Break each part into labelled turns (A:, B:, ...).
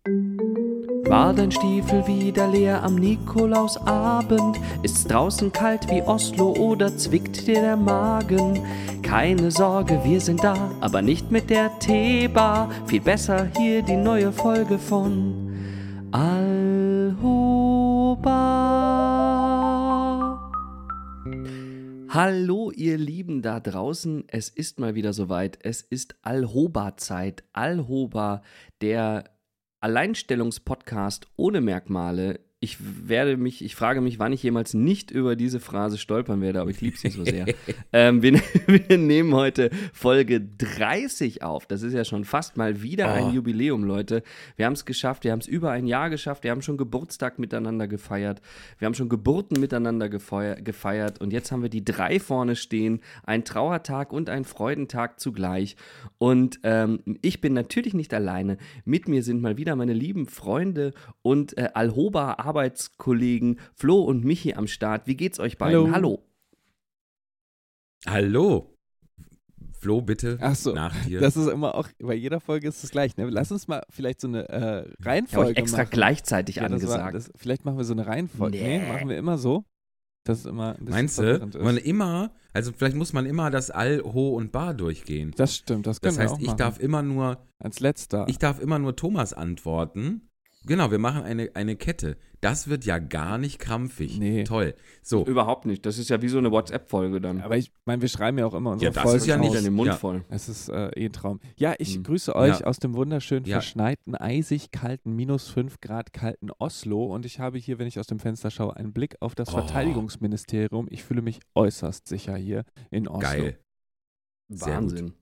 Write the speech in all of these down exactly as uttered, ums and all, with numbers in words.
A: War dein Stiefel wieder leer am Nikolausabend? Ist's draußen kalt wie Oslo oder zwickt dir der Magen? Keine Sorge, wir sind da, aber nicht mit der Teebar. Viel besser hier die neue Folge von Alhoba. Hallo ihr Lieben da draußen, es ist mal wieder soweit. Es ist Alhoba-Zeit. Alhoba, der Alleinstellungspodcast ohne Merkmale. Ich werde mich, ich frage mich, wann ich jemals nicht über diese Phrase stolpern werde, aber ich liebe sie so sehr. ähm, wir, wir nehmen heute Folge dreißig auf. Das ist ja schon fast mal wieder
B: Oh.
A: ein Jubiläum, Leute. Wir haben es geschafft, wir haben es über ein Jahr geschafft, wir haben schon Geburtstag miteinander gefeiert, wir haben schon Geburten miteinander gefeier- gefeiert und jetzt haben wir die drei vorne stehen, ein Trauertag und ein Freudentag zugleich. Und ähm, ich bin natürlich nicht alleine. Mit mir sind mal wieder meine lieben Freunde und äh, Alhoba-Arbeitskollegen Flo und Michi am Start. Wie geht's euch beiden?
B: Hallo. Hallo. Flo, bitte
C: Ach so,
B: nach dir.
C: das ist immer auch, bei jeder Folge ist es gleich. Ne? Lass uns mal vielleicht so eine äh,
A: Ich habe
C: Reihenfolge
A: euch extra
C: machen.
A: gleichzeitig
C: Ja, das war,
A: angesagt.
C: das, vielleicht machen wir so eine Reihenfolge. Nee.
A: Nee.
C: machen wir immer so, dass es immer ein bisschen
B: Meinst du,
C: verwirrend
B: man
C: ist.
B: immer, also vielleicht muss man immer das All, Ho und Bar durchgehen.
C: Das stimmt, das können
B: Das
C: wir
B: heißt,
C: auch
B: ich
C: machen.
B: darf immer nur,
C: Als letzter.
B: ich darf immer nur Thomas antworten. Genau, wir machen eine, eine Kette. Das wird ja gar nicht krampfig.
C: Nee.
B: Toll. So,
A: Überhaupt nicht. Das ist ja wie so eine WhatsApp-Folge dann.
C: Aber ich meine, wir schreiben ja auch immer unsere
B: Ja, das
C: Folgen
B: ist ja
C: aus.
B: nicht-
A: Nicht an den Mund
B: Ja.
A: voll.
C: Es ist äh, eh ein Traum. Ja, ich
A: Hm.
C: grüße euch
B: Ja.
C: aus dem wunderschön
B: Ja.
C: verschneiten, eisig kalten, minus fünf Grad kalten Oslo. Und ich habe hier, wenn ich aus dem Fenster schaue, einen Blick auf das
B: Oh.
C: Verteidigungsministerium. Ich fühle mich äußerst sicher hier in Oslo.
B: geil. Sehr gut.
A: Wahnsinn.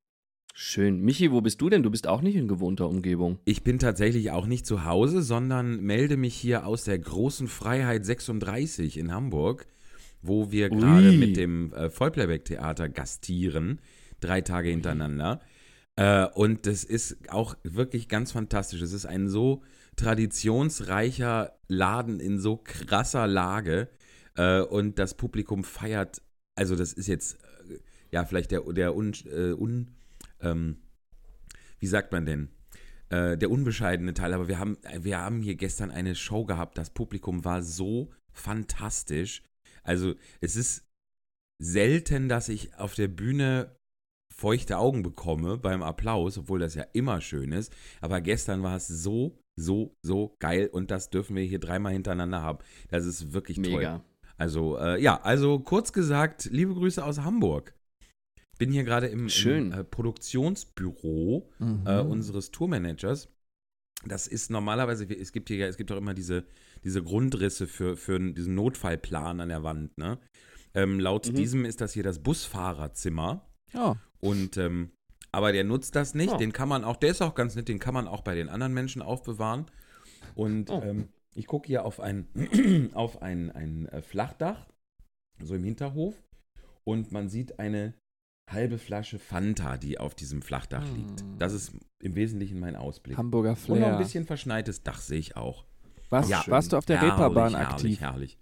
A: Schön. Michi, wo bist du denn? Du bist auch nicht in gewohnter Umgebung.
B: Ich bin tatsächlich auch nicht zu Hause, sondern melde mich hier aus der großen Freiheit sechsunddreißig in Hamburg, wo wir
A: Ui.
B: gerade mit dem äh, Vollplayback-Theater gastieren, drei Tage hintereinander. Äh, und das ist auch wirklich ganz fantastisch. Es ist ein so traditionsreicher Laden in so krasser Lage äh, und das Publikum feiert, also das ist jetzt, äh, ja, vielleicht der, der un, äh, un ähm, wie sagt man denn? Äh, der unbescheidene Teil, aber wir haben, wir haben hier gestern eine Show gehabt, das Publikum war so fantastisch. Also es ist selten, dass ich auf der Bühne feuchte Augen bekomme beim Applaus, obwohl das ja immer schön ist, aber gestern war es so, so, so geil und das dürfen wir hier dreimal hintereinander haben. Das ist wirklich toll.
A: Mega.
B: Also, äh, ja, also kurz gesagt, liebe Grüße aus Hamburg. Bin hier gerade im,
A: Schön.
B: im äh, Produktionsbüro
C: Mhm.
B: äh, unseres Tourmanagers. Das ist normalerweise, es gibt hier ja, es gibt auch immer diese, diese Grundrisse für, für diesen Notfallplan an der Wand, ne? Ähm, laut
A: Mhm.
B: diesem ist das hier das Busfahrerzimmer.
C: Ja.
B: Und, ähm, aber der nutzt das nicht,
A: Oh.
B: den kann man auch, der ist auch ganz nett, den kann man auch bei den anderen Menschen aufbewahren. Und
A: Oh.
B: ähm, ich gucke hier auf ein, auf ein, ein äh, Flachdach, so im Hinterhof. Und man sieht eine halbe Flasche Fanta, die auf diesem Flachdach
C: Hm.
B: liegt. Das ist im Wesentlichen mein Ausblick.
C: Hamburger
B: Und noch
C: Flair.
B: ein bisschen verschneites Dach sehe ich auch.
C: warst,
B: Ja.
C: warst du auf der
B: Herrlich,
C: Reeperbahn
B: herrlich,
C: aktiv?
B: Herrlich.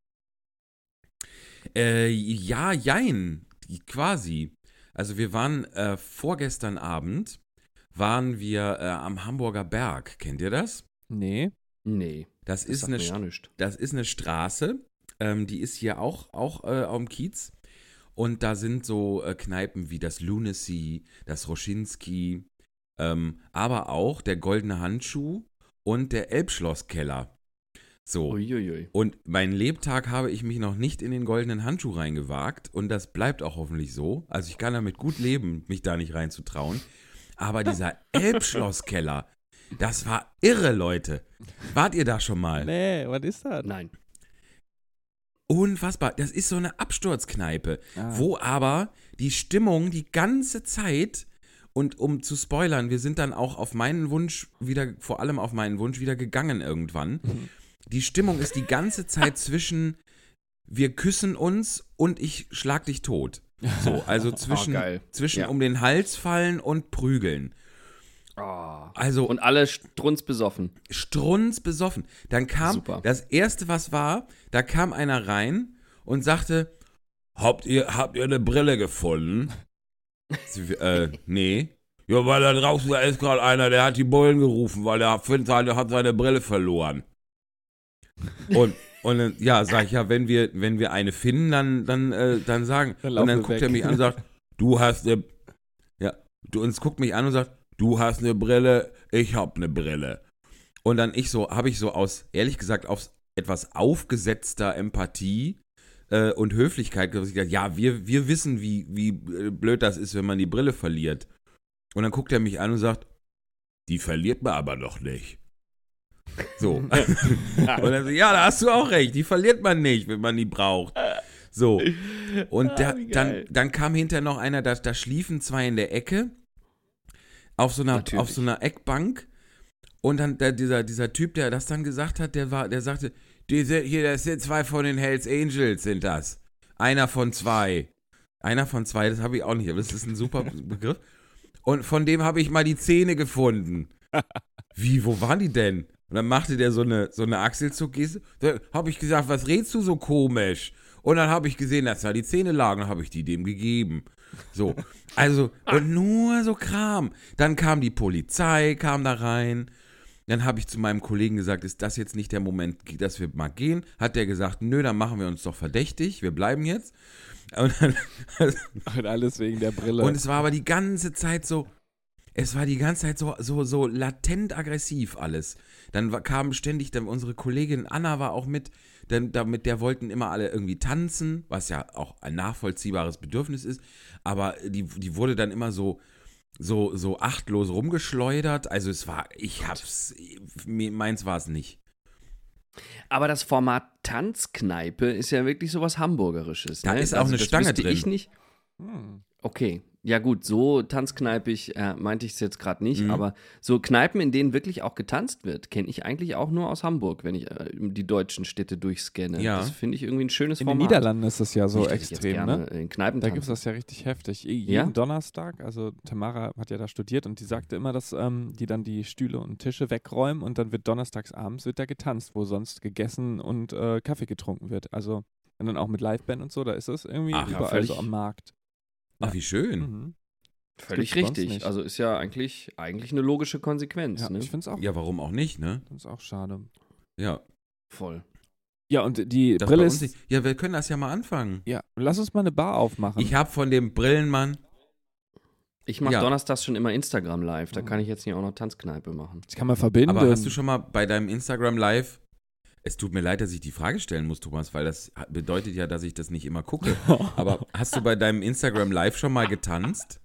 B: Äh, ja, jein, quasi. Also wir waren äh, vorgestern Abend, waren wir äh, am Hamburger Berg. Kennt ihr das?
C: Nee.
A: Nee.
B: Das,
A: Das
B: ist,
A: sagt
B: eine,
A: mir
B: St-
A: ja nichts.
B: das ist eine Straße, ähm, die ist hier auch, auch äh, am Kiez. Und da sind so äh, Kneipen wie das Lunacy, das Roschinski, ähm, aber auch der Goldene Handschuh und der Elbschlosskeller. So.
A: Uiuiui.
B: Und mein Lebtag habe ich mich noch nicht in den goldenen Handschuh reingewagt und das bleibt auch hoffentlich so. Also ich kann damit gut leben, mich da nicht reinzutrauen. Aber dieser Elbschlosskeller, das war irre, Leute. Wart ihr da schon mal?
C: Nee, was ist das?
A: Nein.
B: Unfassbar. Das ist so eine Absturzkneipe,
C: Ah.
B: wo aber die Stimmung die ganze Zeit, und um zu spoilern, wir sind dann auch auf meinen Wunsch wieder, vor allem auf meinen Wunsch wieder gegangen irgendwann.
C: Mhm.
B: Die Stimmung ist die ganze Zeit zwischen wir küssen uns und ich schlag dich tot. So, also zwischen,
A: geil.
B: zwischen
A: Ja.
B: um den Hals fallen und prügeln.
A: Oh.
B: Also
A: Und alle strunzbesoffen.
B: strunzbesoffen. Dann kam,
A: Super.
B: das erste, was war, da kam einer rein und sagte, habt ihr, habt ihr eine Brille gefunden? Sie, äh, nee. Ja, weil da draußen, da ist gerade einer, der hat die Bullen gerufen, weil der findet, der hat seine Brille verloren. Und, und dann, ja, sag ich, ja, wenn wir, wenn wir eine finden, dann, dann, äh, dann sagen.
C: Dann
B: und
C: laufen
B: dann
C: wir
B: guckt
C: weg.
B: er mich an und sagt, du hast eine, ja, du uns guckt mich an und sagt, du hast eine Brille, ich hab eine Brille. Und dann ich so, habe ich so aus, ehrlich gesagt, aus etwas aufgesetzter Empathie äh, und Höflichkeit gesagt, ja, wir, wir wissen, wie, wie blöd das ist, wenn man die Brille verliert. Und dann guckt er mich an und sagt, die verliert man aber noch nicht. So. Und dann so, ja, da hast du auch recht, die verliert man nicht, wenn man die braucht. So. Und der, dann, dann kam hinterher noch einer, da, da schliefen zwei in der Ecke auf so einer, auf so einer Eckbank. Und dann der, dieser, dieser Typ, der das dann gesagt hat, der war, der sagte, diese, hier, das sind zwei von den Hells Angels, sind das. Einer von zwei. Einer von zwei, das habe ich auch nicht, aber das ist ein super Begriff. Und von dem habe ich mal die Zähne gefunden. Wie, wo waren die denn? Und dann machte der so eine, so eine Achselzuckgeste. Da habe ich gesagt, was redst du so komisch? Und dann habe ich gesehen, dass da die Zähne lagen, dann habe ich die dem gegeben. So, also, und nur so Kram. Dann kam die Polizei, kam da rein. Dann habe ich zu meinem Kollegen gesagt, ist das jetzt nicht der Moment, dass wir mal gehen? Hat der gesagt, nö, dann machen wir uns doch verdächtig, wir bleiben jetzt. Und, dann,
C: und alles wegen der Brille.
B: Und es war aber die ganze Zeit so, es war die ganze Zeit so, so, so latent aggressiv alles. Dann war, kam ständig, dann unsere Kollegin Anna war auch mit, denn damit der wollten immer alle irgendwie tanzen, was ja auch ein nachvollziehbares Bedürfnis ist, aber die, die wurde dann immer so, so, so achtlos rumgeschleudert. Also es war, ich hab's, meins war es nicht.
A: Aber das Format Tanzkneipe ist ja wirklich sowas Hamburgerisches.
B: Da
A: ne?
B: ist auch
A: also
B: eine
A: das
B: Stange
A: wüsste
B: drin.
A: Ich nicht.
C: Hm.
A: Okay, ja gut, so tanzkneipig äh, meinte ich es jetzt gerade nicht,
B: Mhm.
A: aber so Kneipen, in denen wirklich auch getanzt wird, kenne ich eigentlich auch nur aus Hamburg, wenn ich äh, die deutschen Städte durchscanne.
B: Ja.
A: Das finde ich irgendwie ein schönes
C: In den
A: Format.
C: Niederlanden ist das ja so
A: Nicht, dass ich jetzt
C: extrem,
A: gerne
C: ne?
A: in Kneipen
C: Da
A: tanze.
C: gibt es das ja richtig heftig. Jeden
A: Ja?
C: Donnerstag, also Tamara hat ja da studiert und die sagte immer, dass ähm, die dann die Stühle und Tische wegräumen und dann wird donnerstags abends wird da getanzt, wo sonst gegessen und äh, Kaffee getrunken wird. Also und dann auch mit Liveband und so, da ist es irgendwie
B: Ach, ja,
C: überall
A: völlig.
C: so am Markt.
B: Ach, wie schön.
C: Mhm.
A: Völlig
C: gibt's bei uns
A: richtig.
C: nicht.
A: Also ist ja eigentlich, eigentlich eine logische Konsequenz.
C: Ja,
A: ne?
C: ich finde es auch,
B: Ja, warum auch nicht, ne?
C: find's auch schade.
B: Ja.
A: Voll.
C: Ja, und die
B: Das
C: Brille
B: bei uns
C: ist.
B: nicht. Ja, wir können das ja mal anfangen.
C: Ja, lass uns mal eine Bar aufmachen.
B: Ich habe von dem Brillenmann,
A: Ich mache
B: Ja.
A: donnerstags schon immer Instagram live, da
C: Mhm.
A: kann ich jetzt nicht auch noch Tanzkneipe machen.
C: das kann man verbinden.
B: aber hast du schon mal bei deinem Instagram Live, es tut mir leid, dass ich die Frage stellen muss, Thomas, weil das bedeutet ja, dass ich das nicht immer gucke. Aber hast du bei deinem Instagram Live schon mal getanzt?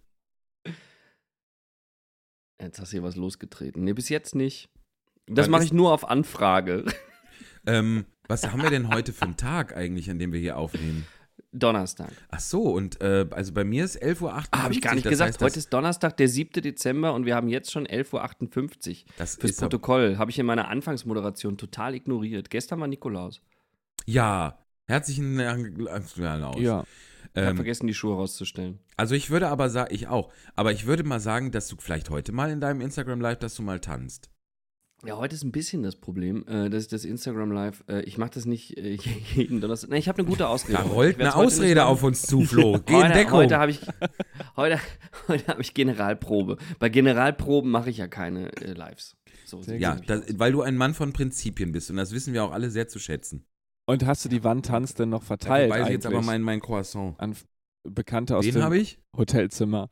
A: Jetzt hast du hier was losgetreten. Nee, bis jetzt nicht. Das
B: Wann
A: mache
B: ist-
A: ich nur auf Anfrage.
B: Ähm, was haben wir denn heute für einen Tag eigentlich, an dem wir hier aufnehmen?
A: Donnerstag.
B: Ach so, und äh, also bei mir ist elf Uhr achtundfünfzig.
A: Ah, habe ich gar nicht
B: das
A: gesagt.
B: heißt,
A: Heute
B: das,
A: ist Donnerstag, der siebte Dezember und wir haben jetzt schon elf Uhr achtundfünfzig.
B: das
A: Fürs
B: ist aber,
A: Protokoll habe ich in meiner Anfangsmoderation total ignoriert. Gestern war Nikolaus.
B: ja, herzlichen Dank. Ja, Laus.
C: Ja,
A: Ich habe
B: ähm,
A: vergessen, die Schuhe rauszustellen.
B: also ich würde aber sagen, ich auch, aber ich würde mal sagen, dass du vielleicht heute mal in deinem Instagram Live, dass du mal tanzt.
A: Ja, heute ist ein bisschen das Problem, äh, dass das Instagram Live, äh, ich mache das nicht äh, jeden Donnerstag. Nee, ich habe eine gute Ausrede.
B: Da rollt
A: Ich werd's
B: eine
A: heute nicht
B: Ausrede
A: machen.
B: auf uns zu, Flo. Geh in
A: Heute,
B: Deckung.
A: heute habe ich, heute, heute hab ich Generalprobe. Bei Generalproben mache ich ja keine äh, Lives. So,
C: Sehr
A: sieht's
B: Ja,
A: nämlich
B: das,
A: aus.
B: weil du ein Mann von Prinzipien bist und das wissen wir auch alle sehr zu schätzen.
C: und hast du die Wandtanz denn noch verteilt
B: Dabei ist
C: eigentlich
B: jetzt aber mein, mein Croissant.
C: an F- Bekannte aus
B: Den
C: dem
B: habe ich?
C: Hotelzimmer?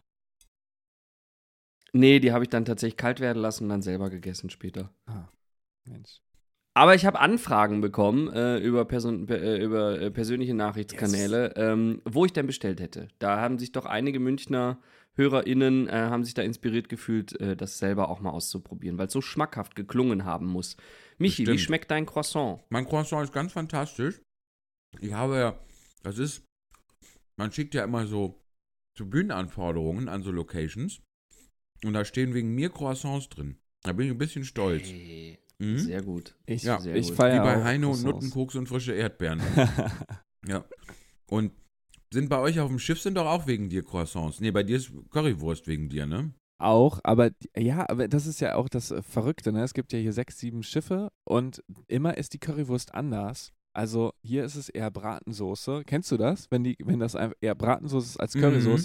A: Nee, die habe ich dann tatsächlich kalt werden lassen und dann selber gegessen später.
C: Ah, Mensch.
A: Aber ich habe Anfragen bekommen äh, über, Person, äh, über äh, persönliche Nachrichtskanäle, ähm, wo ich denn bestellt hätte. Da haben sich doch einige Münchner HörerInnen äh, haben sich da inspiriert gefühlt, äh, das selber auch mal auszuprobieren, weil es so schmackhaft geklungen haben muss. Michi,
B: Bestimmt.
A: wie schmeckt dein Croissant?
B: Mein Croissant ist ganz fantastisch. Ich habe ja, das ist, man schickt ja immer so, so Bühnenanforderungen an so Locations und da stehen wegen mir Croissants drin. Da bin ich ein bisschen stolz.
A: Hey,
B: Mhm.
A: sehr gut.
C: Ich,
B: Ja.
A: Sehr
C: ich
A: gut.
C: feiere
B: Wie bei
C: auch
B: Heino,
C: Croissants.
B: Nutten, Koks und frische Erdbeeren. Ja. Und sind bei euch auf dem Schiff sind doch auch wegen dir Croissants. Nee, bei dir ist Currywurst wegen dir, ne?
C: Auch, aber die- ja, aber das ist ja auch das äh, Verrückte, ne? Es gibt ja hier sechs, sieben Schiffe und immer ist die Currywurst anders. Also hier ist es eher Bratensoße. Kennst du das? Wenn die, wenn das einfach eher Bratensoße ist als
B: Mhm.
C: Currysoße?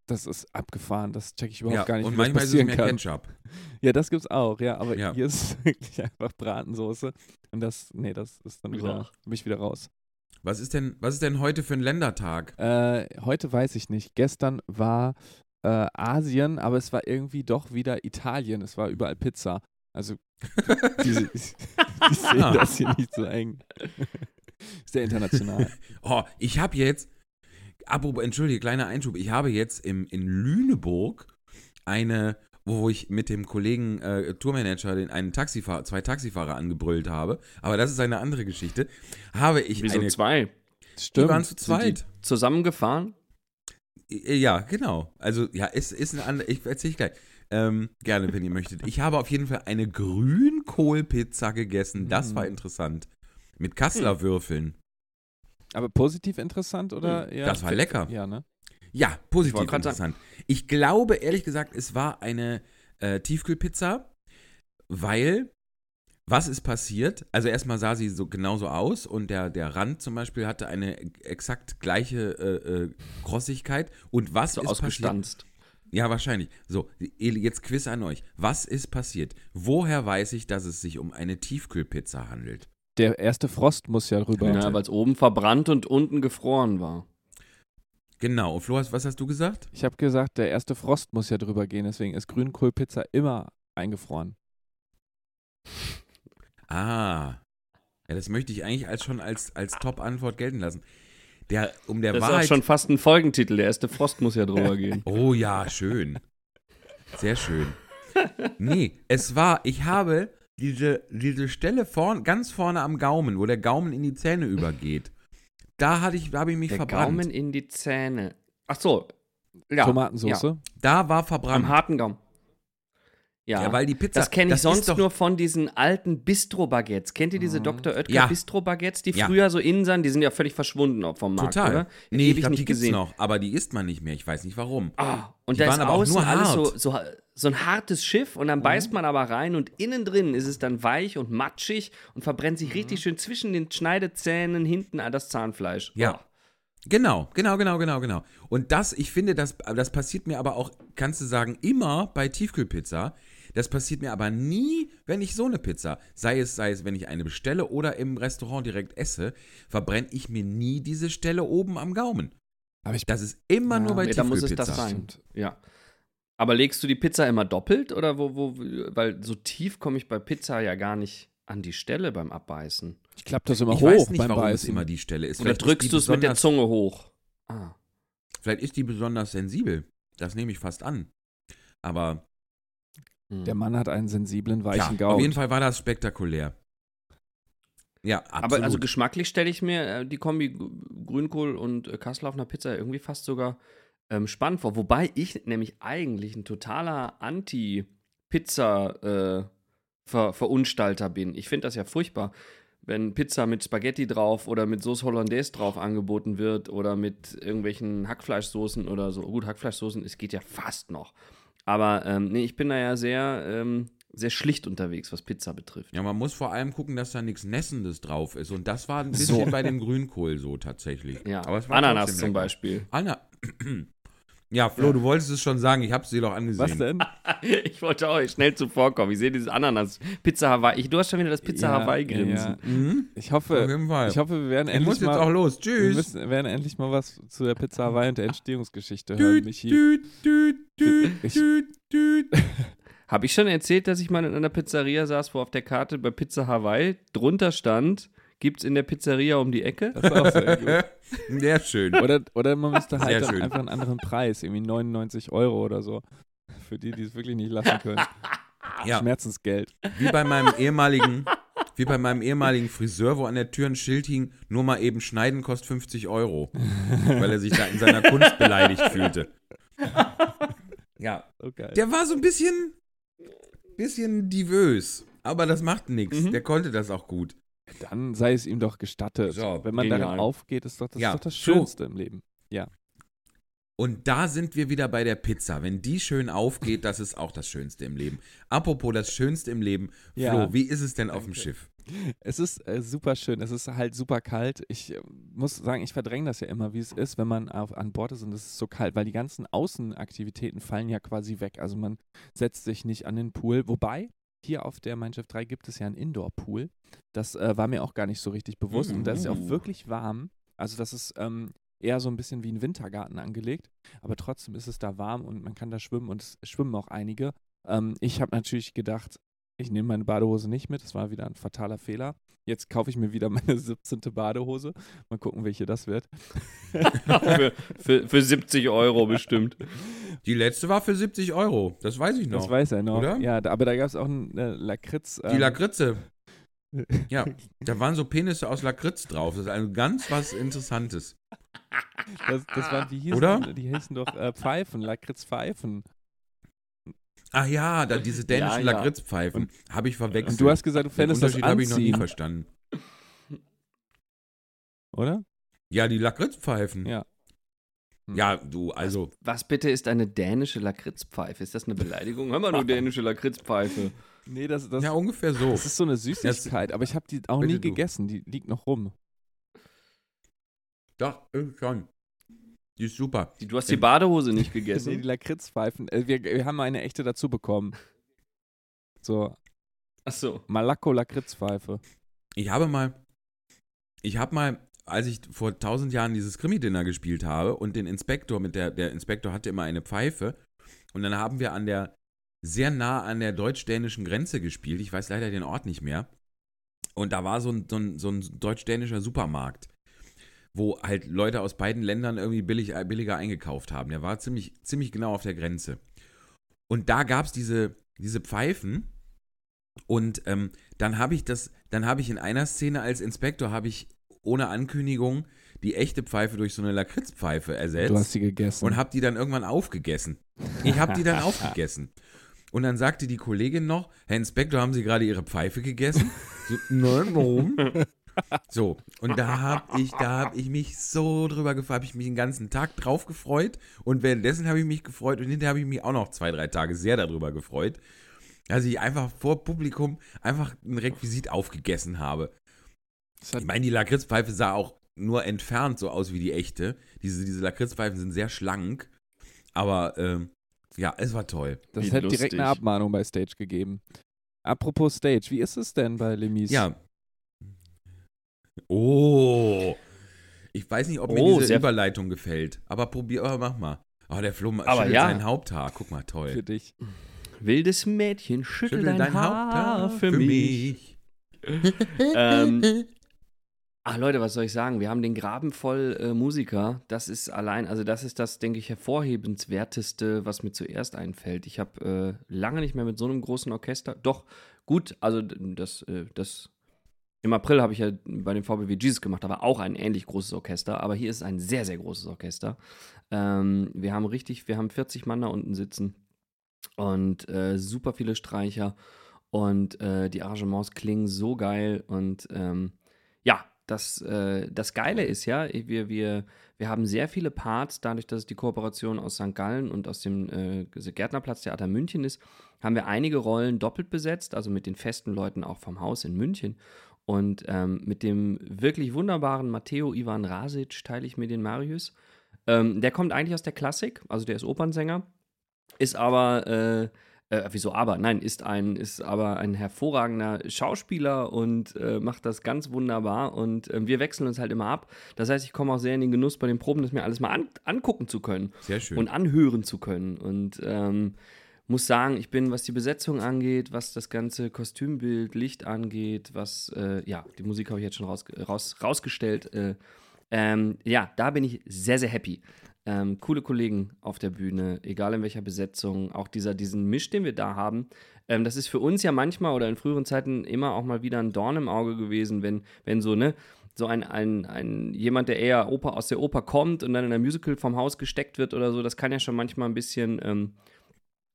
C: Das ist abgefahren, das checke ich überhaupt
B: Ja,
C: gar nicht,
B: und
C: wie das
B: manchmal ist es
C: passieren
B: mehr
C: kann.
B: Ketchup.
C: Ja, das gibt's auch, ja, aber
B: Ja.
C: hier ist es wirklich einfach Bratensoße und das, nee, das ist dann wieder,
A: Ugh.
C: bin ich wieder raus.
B: Was ist denn, was ist denn heute für ein Ländertag?
C: Äh, heute weiß ich nicht, gestern war äh, Asien, aber es war irgendwie doch wieder Italien, es war überall Pizza. Also, diese, die sehen
B: Ah.
C: das hier nicht so eng. Sehr international.
B: Oh, ich habe jetzt, apropos, entschuldige, kleiner Einschub, ich habe jetzt im, in Lüneburg eine, wo ich mit dem Kollegen äh, Tourmanager den, einen Taxifahrer, zwei Taxifahrer angebrüllt habe, aber das ist eine andere Geschichte, habe ich
A: Wieso
B: eine,
A: zwei?
B: die
C: Stimmt.
B: waren zu
A: Sind die
B: zweit.
A: zusammengefahren?
B: Ja, genau. Also, ja, ist, ist eine andere, ich erzähle gleich. Ähm, gerne, wenn ihr möchtet. Ich habe auf jeden Fall eine Grünkohlpizza gegessen. Das war
C: Mm.
B: interessant. Mit Kasslerwürfeln.
C: Aber positiv interessant oder eher?
B: Das war lecker.
C: Ja, ne?
B: Ja, positiv
A: wollte grad
B: interessant. Ich glaube, ehrlich gesagt, es war eine äh, Tiefkühlpizza, weil, was ist passiert? Also erstmal sah sie so genauso aus und der, der Rand zum Beispiel hatte eine exakt gleiche äh, äh, Krossigkeit. Und was
A: So
B: ist passiert?
A: ausgestanzt.
B: Ja, wahrscheinlich. So, jetzt Quiz an euch. Was ist passiert? Woher weiß ich, dass es sich um eine Tiefkühlpizza handelt?
C: Der erste Frost muss ja rüber.
A: Ja, weil es oben verbrannt und unten gefroren war.
B: Genau. Und Flo, was hast du gesagt?
C: Ich habe gesagt, der erste Frost muss ja drüber gehen, deswegen ist Grünkohlpizza immer eingefroren.
B: Ah. Ja, das möchte ich eigentlich als schon als, als Top-Antwort gelten lassen. Der, um der
A: Das ist auch
B: Wahrheit.
A: schon fast ein Folgentitel. Der erste Frost muss ja drüber gehen.
B: Oh ja, schön. Sehr schön. Nee, es war, ich habe diese, diese Stelle vorn, ganz vorne am Gaumen, wo der Gaumen in die Zähne übergeht. Da hatte ich, da habe ich mich
A: Der
B: verbrannt.
A: Gaumen in die Zähne. Ach so. Ja.
C: Tomatensoße.
A: Ja.
B: Da war
A: Am
B: verbrannt.
A: harten Gaumen. Ja,
B: Ja, weil die Pizza.
A: das kenne ich
B: ist
A: sonst
B: doch,
A: nur von diesen alten Bistro-Baguettes. Kennt ihr diese
C: Mhm.
A: Doktor Oetker
B: Ja.
A: Bistro-Baguettes, die
B: Ja.
A: früher so innen sahen? Die sind ja völlig verschwunden auch vom Markt,
B: Total.
A: oder?
B: Nee, ich
A: Ewig
B: glaube,
A: nicht
B: die gibt's
A: gesehen.
B: noch, aber die isst man nicht mehr. Ich weiß nicht warum.
A: Ah, und
B: Die
A: da
B: waren
A: ist
B: aber auch
A: außen
B: nur
A: alles so,
B: hart.
A: so, so ein hartes Schiff und dann beißt man aber rein und innen drin ist es dann weich und matschig und verbrennt sich richtig schön zwischen den Schneidezähnen hinten an das Zahnfleisch.
B: Ja.
A: Oh.
B: Genau, genau, genau, genau, genau. Und das, ich finde, das, das passiert mir aber auch, kannst du sagen, immer bei Tiefkühlpizza. Das passiert mir aber nie, wenn ich so eine Pizza, sei es, sei es, wenn ich eine bestelle oder im Restaurant direkt esse, verbrenne ich mir nie diese Stelle oben am Gaumen.
C: Aber ich
B: Das ist immer
C: Ja,
B: nur bei
A: Nee, da muss es
B: Tiefkühlpizza.
A: das sein.
C: Stimmt.
A: Ja. Aber legst du die Pizza immer doppelt oder wo, wo, weil so tief komme ich bei Pizza ja gar nicht an die Stelle beim Abbeißen.
C: Ich klappe das immer
B: Ich
C: hoch
B: weiß nicht,
C: beim
B: warum es
C: Beißen.
B: immer die Stelle ist.
A: Oder
B: Vielleicht ist
A: drückst
B: die
A: du es mit der
B: besonders-
A: Zunge hoch? Ah.
B: Vielleicht ist die besonders sensibel. Das nehme ich fast an. Aber
A: Hm.
C: Der Mann hat einen sensiblen, weichen
B: ja,
C: Gaumen.
B: auf jeden Fall war das spektakulär. Ja, absolut.
A: Aber also geschmacklich stelle ich mir äh, die Kombi G- Grünkohl und äh, Kassler auf einer Pizza irgendwie fast sogar ähm, spannend vor. Wobei ich nämlich eigentlich ein totaler Anti-Pizza-Verunstalter bin. Ich finde das ja furchtbar, wenn Pizza mit Spaghetti drauf oder mit Sauce Hollandaise drauf angeboten wird oder mit irgendwelchen Hackfleischsoßen oder so. Gut, Hackfleischsoßen, es geht ja fast noch. Aber ähm, nee, ich bin da ja sehr, ähm, sehr schlicht unterwegs, was Pizza betrifft.
B: Ja, man muss vor allem gucken, dass da nichts Nässendes drauf ist. Und das war ein bisschen
C: So.
B: bei dem Grünkohl so tatsächlich.
A: Ja,
B: Aber es war
A: Ananas
B: trotzdem
A: zum
B: lecker.
A: Beispiel.
B: Anna ja, Flo, du wolltest es schon sagen. Ich habe es dir doch angesehen.
C: Was denn?
A: Ich wollte auch schnell zuvorkommen. Ich sehe dieses Ananas. Pizza Hawaii. Ich, du hast schon wieder das Pizza
C: Ja,
A: Hawaii-Grinsen.
C: ja.
B: Mhm.
C: Ich
B: Auf
C: hoffe,
B: jeden Fall.
C: ich hoffe, wir werden
B: ich muss
C: endlich
B: jetzt
C: mal,
B: auch los.
C: wir
B: Tschüss.
C: müssen, werden endlich mal was zu der Pizza Hawaii und der Entstehungsgeschichte hören,
B: Düt,
C: Michi.
B: düt, düt, düt,
C: Ich-
B: düt, düt.
A: Habe ich schon erzählt, dass ich mal in einer Pizzeria saß, wo auf der Karte bei Pizza Hawaii drunter stand, gibt es in der Pizzeria um die Ecke?
C: Das ist auch sehr gut.
B: Sehr schön.
C: Oder, oder man müsste halt
B: Sehr
C: dann
B: schön.
C: einfach einen anderen Preis, irgendwie neunundneunzig Euro oder so. Für die, die es wirklich nicht lassen können.
B: Ja,
C: Schmerzensgeld.
B: wie bei meinem ehemaligen, wie bei meinem ehemaligen Friseur, wo an der Tür ein Schild hing, nur mal eben schneiden kostet fünfzig Euro. Weil er sich da in seiner Kunst beleidigt fühlte. Ja,
C: Okay.
B: der war so ein bisschen, bisschen divös. Aber das macht nichts.
A: Mhm.
B: Der konnte das auch gut.
C: Dann sei es ihm doch gestattet.
B: So,
C: Wenn man
A: genial.
C: darin aufgeht, ist doch das,
B: Ja,
C: ist doch das
B: so.
C: Schönste im Leben.
B: Und da sind wir wieder bei der Pizza. Wenn die schön aufgeht, das ist auch das Schönste im Leben. Apropos das Schönste im Leben. Flo,
C: Ja.
B: wie ist es denn auf dem
C: Danke.
B: Schiff?
C: Es ist äh, super schön, es ist halt super kalt. Ich äh, muss sagen, ich verdränge das ja immer, wie es ist, wenn man auf, an Bord ist und es ist so kalt, weil die ganzen Außenaktivitäten fallen ja quasi weg. Also man setzt sich nicht an den Pool. Wobei, hier auf der Mein Schiff drei gibt es ja einen Indoor-Pool. Das äh, war mir auch gar nicht so richtig bewusst. Und da ist ja auch
B: Uh.
C: wirklich warm. Also das ist ähm, eher so ein bisschen wie ein Wintergarten angelegt. Aber trotzdem ist es da warm und man kann da schwimmen und es schwimmen auch einige. Ähm, ich habe natürlich gedacht, ich nehme meine Badehose nicht mit. Das war wieder ein fataler Fehler. Jetzt kaufe ich mir wieder meine siebzehnte Badehose. Mal gucken, welche das wird.
A: für, für, für siebzig Euro bestimmt.
B: Die letzte war für siebzig Euro. Das weiß ich noch.
C: Das weiß er noch.
B: oder?
C: Ja, da, aber da gab es auch einen äh, Lakritz.
B: Die
C: ähm,
B: Lakritze. Ja, da waren so Penisse aus Lakritz drauf. Das ist also ganz was Interessantes.
C: das, das waren, die hießen,
B: Oder?
C: Die hießen doch äh, Pfeifen, Lakritzpfeifen.
B: Ach ja, da, diese dänischen
A: Ja, ja.
B: Lakritzpfeifen. Habe ich verwechselt.
C: Und du hast gesagt, du
B: Den
C: fändest das
B: Unterschied habe ich noch nie
C: anziehen,
B: verstanden.
C: oder?
B: Ja, die Lakritzpfeifen.
C: Ja. Hm.
B: Ja, du, also.
A: Was bitte ist eine dänische Lakritzpfeife? Ist das eine Beleidigung? Hör mal, du dänische Lakritzpfeife.
C: Nee, das, das,
B: Ja, ungefähr so.
C: das ist so eine Süßigkeit, aber ich habe die auch
B: Bitte
C: nie
B: du.
C: gegessen. Die liegt noch rum.
B: Doch, ich schon. Die ist super.
A: Du hast die Badehose nicht
C: Nee, die
A: gegessen.
C: Lakritzpfeifen. Äh, wir, wir haben eine echte dazu bekommen. So,
A: Achso.
C: Malakko-Lakritzpfeife.
B: Ich habe mal, ich habe mal, als ich vor tausend Jahren dieses Krimi-Dinner gespielt habe und den Inspektor mit der, der Inspektor hatte immer eine Pfeife und dann haben wir an der, sehr nah an der deutsch-dänischen Grenze gespielt. Ich weiß leider den Ort nicht mehr. Und da war so ein, so ein, so ein deutsch-dänischer Supermarkt, wo halt Leute aus beiden Ländern irgendwie billig, billiger eingekauft haben. Der war ziemlich, ziemlich genau auf der Grenze. Und da gab es diese, diese Pfeifen und ähm, dann habe ich das, dann habe ich in einer Szene als Inspektor, habe ich ohne Ankündigung die echte Pfeife durch so eine Lakritzpfeife ersetzt.
C: Du hast sie gegessen.
B: Und habe die dann irgendwann aufgegessen. Ich habe die dann aufgegessen. Und dann sagte die Kollegin noch, Herr Inspektor, haben Sie gerade Ihre Pfeife gegessen? So, nein, warum? So, und da habe ich, da habe ich mich so drüber gefreut, habe ich mich den ganzen Tag drauf gefreut und währenddessen habe ich mich gefreut und hinterher habe ich mich auch noch zwei, drei Tage sehr darüber gefreut, dass ich einfach vor Publikum einfach ein Requisit aufgegessen habe.
C: Das hat-
B: Ich meine, die Lakritzpfeife sah auch nur entfernt so aus wie die echte. Diese, diese Lakritzpfeifen sind sehr schlank, aber ähm, ja, es war toll.
C: Das
A: Wie
C: hätte
A: lustig.
C: direkt eine Abmahnung bei Stage gegeben. Apropos Stage, wie ist es denn bei Lemis?
B: Ja. Oh. Ich weiß nicht, ob mir
A: Oh,
B: diese
A: sehr-
B: Überleitung gefällt, aber probier, aber mach mal. Oh, der Flo
A: Aber
B: schüttelt
A: ja.
B: sein Haupthaar. Guck mal, toll.
C: Für dich.
A: Wildes Mädchen, schüttel,
B: Schüttel
A: dein, Haar für, mich. ähm, ach Leute, was soll ich sagen? Wir haben den Graben voll äh, Musiker. Das ist allein, also das ist das, denke ich, hervorhebenswerteste, was mir zuerst einfällt. Ich habe äh, lange nicht mehr mit so einem großen Orchester. Doch, gut, also das, äh, das im April habe ich ja bei den V B W Jesus gemacht, da war auch ein ähnlich großes Orchester, aber hier ist es ein sehr, sehr großes Orchester. Ähm, wir haben richtig, wir haben vierzig Mann da unten sitzen und äh, super viele Streicher und äh, die Arrangements klingen so geil und ähm, ja, das, äh, das Geile ist ja, wir, wir, wir haben sehr viele Parts, dadurch, dass es die Kooperation aus Sankt Gallen und aus dem äh, Gärtnerplatztheater München ist, haben wir einige Rollen doppelt besetzt, also mit den festen Leuten auch vom Haus in München. Und ähm, mit dem wirklich wunderbaren Matteo Ivan Rasic teile ich mir den Marius. Ähm, der kommt eigentlich aus der Klassik, also der ist Opernsänger, ist aber, äh, äh, wieso aber? Nein, ist ein, ist aber ein hervorragender Schauspieler und äh, macht das ganz wunderbar und äh, wir wechseln uns halt immer ab. Das heißt, ich komme auch sehr in den Genuss bei den Proben, das mir alles mal an, angucken zu können
B: Sehr schön.
A: und anhören zu können und ähm, muss sagen, ich bin, was die Besetzung angeht, was das ganze Kostümbild, Licht angeht, was, äh, ja, die Musik habe ich jetzt schon raus, raus, rausgestellt. Äh, ähm, ja, da bin ich sehr, sehr happy. Ähm, coole Kollegen auf der Bühne, egal in welcher Besetzung, auch dieser, diesen Misch, den wir da haben. Ähm, das ist für uns ja manchmal oder in früheren Zeiten immer auch mal wieder ein Dorn im Auge gewesen, wenn, wenn so, ne, so ein, ein, ein jemand, der eher Oper, aus der Oper kommt und dann in ein Musical vom Haus gesteckt wird oder so, das kann ja schon manchmal ein bisschen, ähm,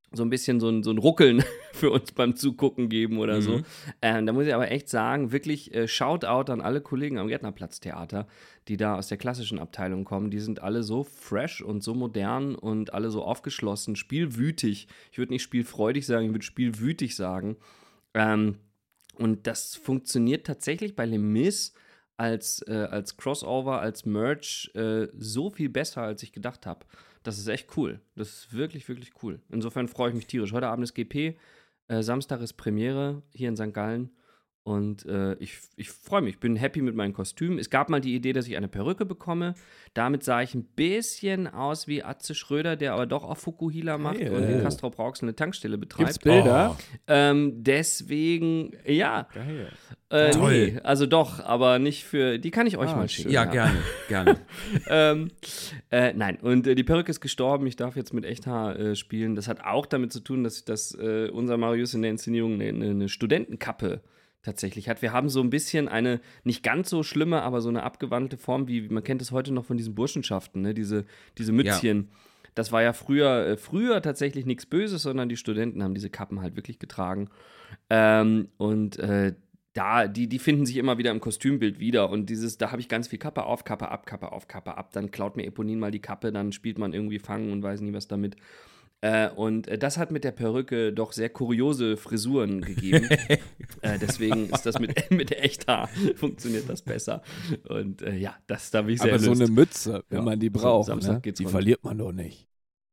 A: so ein bisschen so ein, so ein Ruckeln für uns beim Zugucken geben oder
B: Mhm.
A: so. Ähm, da muss ich aber echt sagen, wirklich äh, Shoutout an alle Kollegen am Gärtnerplatz-Theater, die da aus der klassischen Abteilung kommen. Die sind alle so fresh und so modern und alle so aufgeschlossen, spielwütig. Ich würde nicht spielfreudig sagen, ich würde spielwütig sagen. Ähm, und das funktioniert tatsächlich bei Les Mis als, äh, als Crossover, als Merch äh, so viel besser, als ich gedacht habe. Das ist echt cool. Das ist wirklich, wirklich cool. Insofern freue ich mich tierisch. Heute Abend ist G P, äh, Samstag ist Premiere hier in Sankt Gallen. Und äh, ich, ich freue mich, bin happy mit meinem Kostüm. Es gab mal die Idee, dass ich eine Perücke bekomme. Damit sah ich ein bisschen aus wie Atze Schröder, der aber doch auch Fukuhila macht
C: Geil.
A: und in Castrop-Rauxel eine Tankstelle
C: Gibt's
A: betreibt.
C: Bilder?
B: Oh.
A: Ähm, deswegen, ja,
C: Geil.
A: äh,
B: Toll.
A: nee, also doch, aber nicht für, die kann ich euch
C: Ah,
A: mal
C: schön.
A: schicken.
B: Ja, gerne, gerne.
A: ähm, äh, nein, und äh, die Perücke ist gestorben. Ich darf jetzt mit Echthaar äh, spielen. Das hat auch damit zu tun, dass, dass äh, unser Marius in der Inszenierung eine, eine, eine Studentenkappe tatsächlich hat. Wir haben so ein bisschen eine, nicht ganz so schlimme, aber so eine abgewandelte Form, wie man kennt es heute noch von diesen Burschenschaften, ne? diese, diese Mützchen. Das war ja früher, äh, früher tatsächlich nichts Böses, sondern die Studenten haben diese Kappen halt wirklich getragen. Ähm, und äh, da, die, die finden sich immer wieder im Kostümbild wieder. Und dieses, da habe ich ganz viel Kappe auf, Kappe ab, Kappe auf, Kappe ab. Dann klaut mir Eponin mal die Kappe, dann spielt man irgendwie Fangen und weiß nie was damit. Äh, und äh, das hat mit der Perücke doch sehr kuriose Frisuren gegeben. äh, deswegen ist das mit, mit Echthaar, funktioniert das besser. Und äh, ja, das, da bin ich sehr
C: Aber so
A: erlöst.
C: eine Mütze, wenn
A: Ja.
C: man die
A: So,
C: braucht,
A: Samstag
C: ne?
A: geht's
C: die
A: runter.
C: verliert man doch nicht.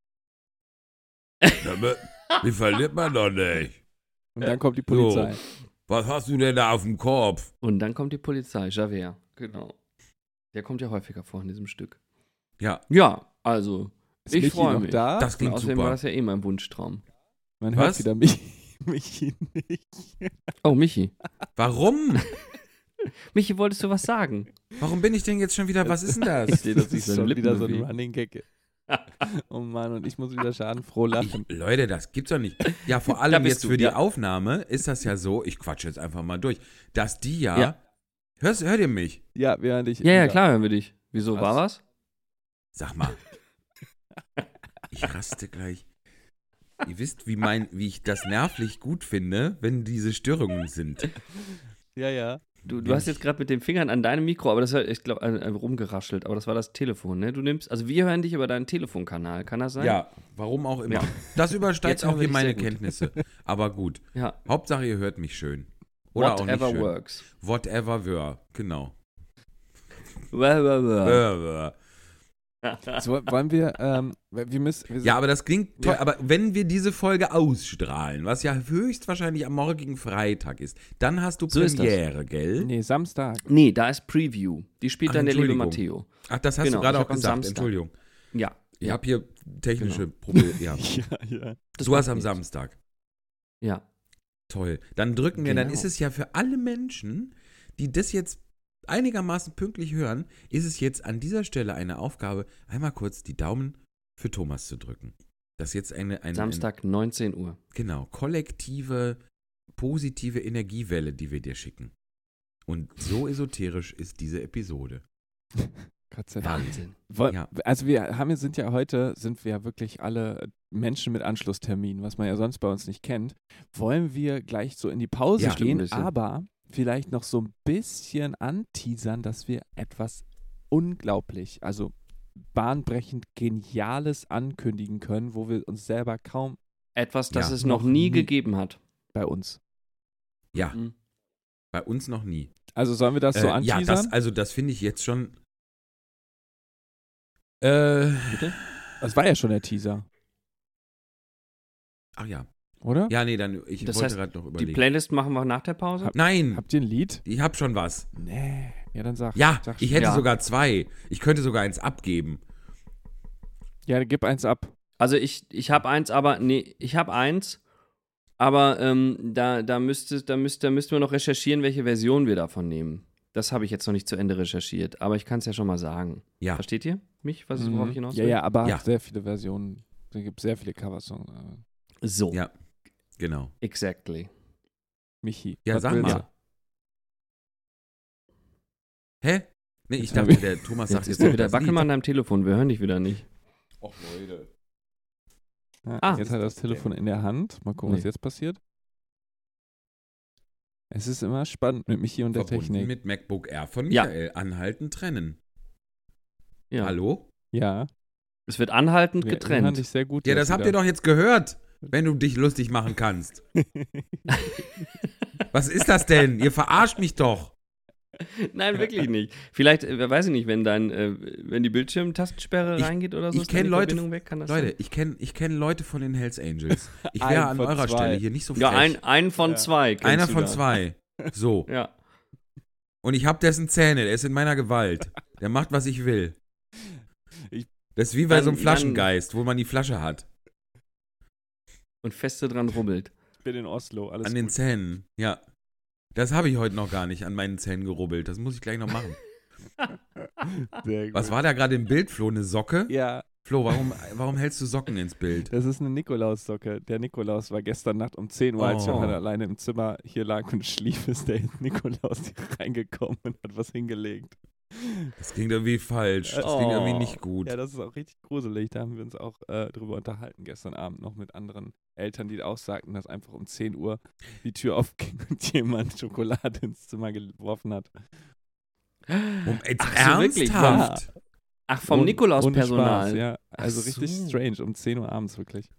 B: Die verliert man doch nicht.
C: Und dann kommt die Polizei.
B: Was hast du denn da auf dem Kopf?
A: Und dann kommt die Polizei, Javert, genau. Der kommt ja häufiger vor in diesem Stück.
B: Ja,
A: Ja, also,
C: Ist
A: ich
C: Michi
A: freue
C: noch
A: mich.
C: da?
B: das
A: Und
B: klingt
A: außerdem war
B: super.
A: das ja eh mein Wunschtraum.
C: Man
B: Was?
C: hört wieder Michi, Michi nicht.
A: Oh, Michi.
B: Warum?
A: Michi, wolltest du was sagen?
B: Warum bin ich denn jetzt schon wieder, was ist denn
A: Ich
B: das?
A: sehe, dass sich
C: ist
A: seine
C: schon
A: Lippen
C: wieder so ein
A: bewegen.
C: Running Gag. Oh Mann, und ich muss wieder schadenfroh lachen.
B: Ich, Leute, das gibt's doch nicht. Ja, vor
A: Da
B: allem
A: bist
B: jetzt
A: du,
B: für die
A: ja.
B: Aufnahme ist das ja so, ich quatsche jetzt einfach mal durch, dass die ja,
A: Ja.
B: Hörst, hört ihr mich?
C: Ja, während ich.
A: Ja, ja,
C: wieder-
A: klar hören wir dich. Wieso,
C: Was?
A: war was?
B: Sag mal. Ich raste gleich. Ihr wisst, wie, mein, wie ich das nervlich gut finde, wenn diese Störungen sind.
C: Ja, ja.
A: Du, du hast jetzt gerade mit den Fingern an deinem Mikro, aber das hat, ich glaube, äh, rumgeraschelt, aber das war das Telefon, ne? Du nimmst, also wir hören dich über deinen Telefonkanal, kann das sein?
B: Ja, warum auch immer.
A: Ja.
B: Das übersteigt
A: Jetzt hören
B: auch
A: wir
B: hier
A: dich
B: meine
A: sehr gut.
B: Kenntnisse. Aber gut.
A: Ja.
B: Hauptsache, ihr hört mich schön. Oder auch
A: Whatever
B: nicht schön.
A: works.
B: Whatever were. Genau.
A: Well, well, well.
B: Äh, äh.
C: So, wollen wir, ähm, wir müssen. Wir
B: Ja, aber das klingt toll.
C: Ja.
B: Aber wenn wir diese Folge ausstrahlen, was ja höchstwahrscheinlich am morgigen Freitag ist, dann hast du
A: So ist das.
B: Premiere, gell?
C: Nee, Samstag.
A: Nee, da ist Preview. Die spielt
B: Ach,
A: dann der liebe
B: Entschuldigung.
A: Matteo.
B: Ach, das hast
A: Genau,
B: du gerade
A: ich
B: auch
A: hab am
B: gesagt.
A: Samstag.
B: Entschuldigung.
A: Ja.
B: Ich
A: ja.
B: habe hier technische
A: Genau.
B: Probleme. Ja.
C: Ja, ja.
A: Das
B: Du hast
A: macht
B: am
A: nichts.
B: Samstag.
A: Ja.
B: Toll. Dann drücken wir, dann
A: Genau.
B: ist es ja für alle Menschen, die das jetzt einigermaßen pünktlich hören, ist es jetzt an dieser Stelle eine Aufgabe, einmal kurz die Daumen für Thomas zu drücken. Das ist jetzt eine, eine,
A: Samstag, neunzehn Uhr.
B: eine genau, kollektive, positive Energiewelle, die wir dir schicken. Und so esoterisch ist diese Episode.
C: Gott sei Dank.
A: Wahnsinn.
C: Woll-
B: Ja.
C: Also wir haben, sind ja heute, sind wir ja wirklich alle Menschen mit Anschlusstermin, was man ja sonst bei uns nicht kennt. Wollen wir gleich so in die Pause
B: Ja,
A: stimmt ein
C: gehen,
A: bisschen.
C: aber vielleicht noch so ein bisschen anteasern, dass wir etwas unglaublich, also bahnbrechend Geniales ankündigen können, wo wir uns selber kaum
A: Etwas, das
B: Ja.
A: es noch
C: Noch
A: nie
C: nie.
A: gegeben hat.
C: bei uns.
B: Ja,
A: Mhm.
B: bei uns noch nie.
C: Also sollen wir das so
B: Äh, ja,
C: anteasern?
B: das, also das finde ich jetzt schon. Äh,
A: Bitte?
C: Das war ja schon der Teaser,
B: ach ja.
C: oder?
B: Ja, nee, dann, ich
A: Das
B: wollte
A: heißt,
B: gerade noch
A: Die
B: überlegen.
A: Playlist machen wir nach der Pause?
C: Hab-
B: Nein,
C: Habt ihr ein Lied?
B: ich hab schon was.
C: Nee. Ja, dann sag.
B: Ja,
C: sag
B: ich
C: schon.
B: hätte
A: Ja.
B: sogar zwei. Ich könnte sogar eins abgeben.
C: Ja, gib eins ab.
A: Also ich, ich habe eins, aber nee, ich habe eins, aber ähm, da, da, müsste, da, müsste, da müssten wir noch recherchieren, welche Version wir davon nehmen. Das habe ich jetzt noch nicht zu Ende recherchiert, aber ich kann es ja schon mal sagen.
B: Ja.
A: Versteht ihr mich, was, worauf ich hinaus
C: Ja,
A: will?
C: ja, aber
B: Ja.
C: sehr viele Versionen. Es gibt sehr viele Coversongs. aber
A: So,
B: Ja. Genau.
A: exactly.
C: Michi.
B: Ja,
C: was
B: sag
C: willst
B: mal.
C: du?
B: Hä? Nee, ich
C: Jetzt hab
B: dachte,
C: ich-
B: der Thomas
A: Jetzt
B: sagt
A: ist
B: jetzt
A: da wieder
B: das
A: Wackel
B: Lied.
A: mal an deinem Telefon, wir hören dich wieder nicht.
B: Och, Leute.
C: Ja,
A: Ah.
C: jetzt hat er das Telefon in der Hand. Mal gucken, was
A: Nee.
C: jetzt passiert. Es ist immer spannend mit Michi und der
B: Verbunden
C: Technik.
B: mit MacBook Air von
A: Ja.
B: Michael. Anhalten, trennen.
A: Ja.
B: Hallo?
C: Ja,
A: Es wird anhaltend
C: wir hören
A: getrennt.
C: dich sehr gut.
B: Ja,
C: jetzt
B: das habt
C: wieder.
B: ihr doch jetzt gehört, wenn du dich lustig machen kannst. Was ist das denn? Ihr verarscht mich doch.
A: Nein, wirklich nicht. Vielleicht, äh, weiß ich nicht, wenn dein, äh, wenn die Bildschirmtastensperre
B: Ich-
A: reingeht oder so,
B: ich
A: ist dann
B: kenn
A: die
B: Leute-
A: Verbindung weg, kann das
B: Leute,
A: sein?
B: ich kenne ich kenn Leute von den Hells Angels. Ich
C: Ein
B: wäre an
C: von
B: eurer
C: zwei.
B: Stelle hier nicht so frech.
A: Ja, ein, einen von
C: Ja.
A: zwei. kennst
B: Einer
A: du
B: von
A: da.
B: zwei. So.
A: Ja.
B: Und ich hab dessen Zähne, der ist in meiner Gewalt. Der macht, was ich will.
C: Ich-
B: Das ist wie bei
A: Dann-
B: so einem
A: dann-
B: Flaschengeist, wo man die Flasche hat.
A: Und feste dran rubbelt.
C: Ich bin in Oslo, alles
B: An den
C: gut.
B: Zähnen, ja. Das habe ich heute noch gar nicht an meinen Zähnen gerubbelt. Das muss ich gleich noch machen.
C: Sehr gut.
B: Was war da gerade im Bild, Flo? Eine Socke?
C: Ja,
B: Flo, warum, warum hältst du Socken ins Bild?
C: das ist eine Nikolaussocke. Der Nikolaus war gestern Nacht um zehn Uhr, als
B: Oh.
C: Johann alleine im Zimmer hier lag und schlief, ist der Nikolaus hier reingekommen und hat was hingelegt.
B: Das klingt irgendwie falsch. Das
A: Oh.
B: klingt irgendwie nicht gut.
C: Ja, das ist auch richtig gruselig. Da haben wir uns auch äh, drüber unterhalten gestern Abend noch mit anderen Eltern, die auch sagten, dass einfach um zehn Uhr die Tür aufging und jemand Schokolade ins Zimmer geworfen hat.
B: Um, jetzt
A: Ach so, wirklich?
B: ernsthaft?
A: Ach, vom
C: Ohne-
A: Nikolaus-Personal.
C: ohne Spaß, ja, also
B: Ach
C: richtig
B: so.
C: strange, um zehn Uhr abends wirklich.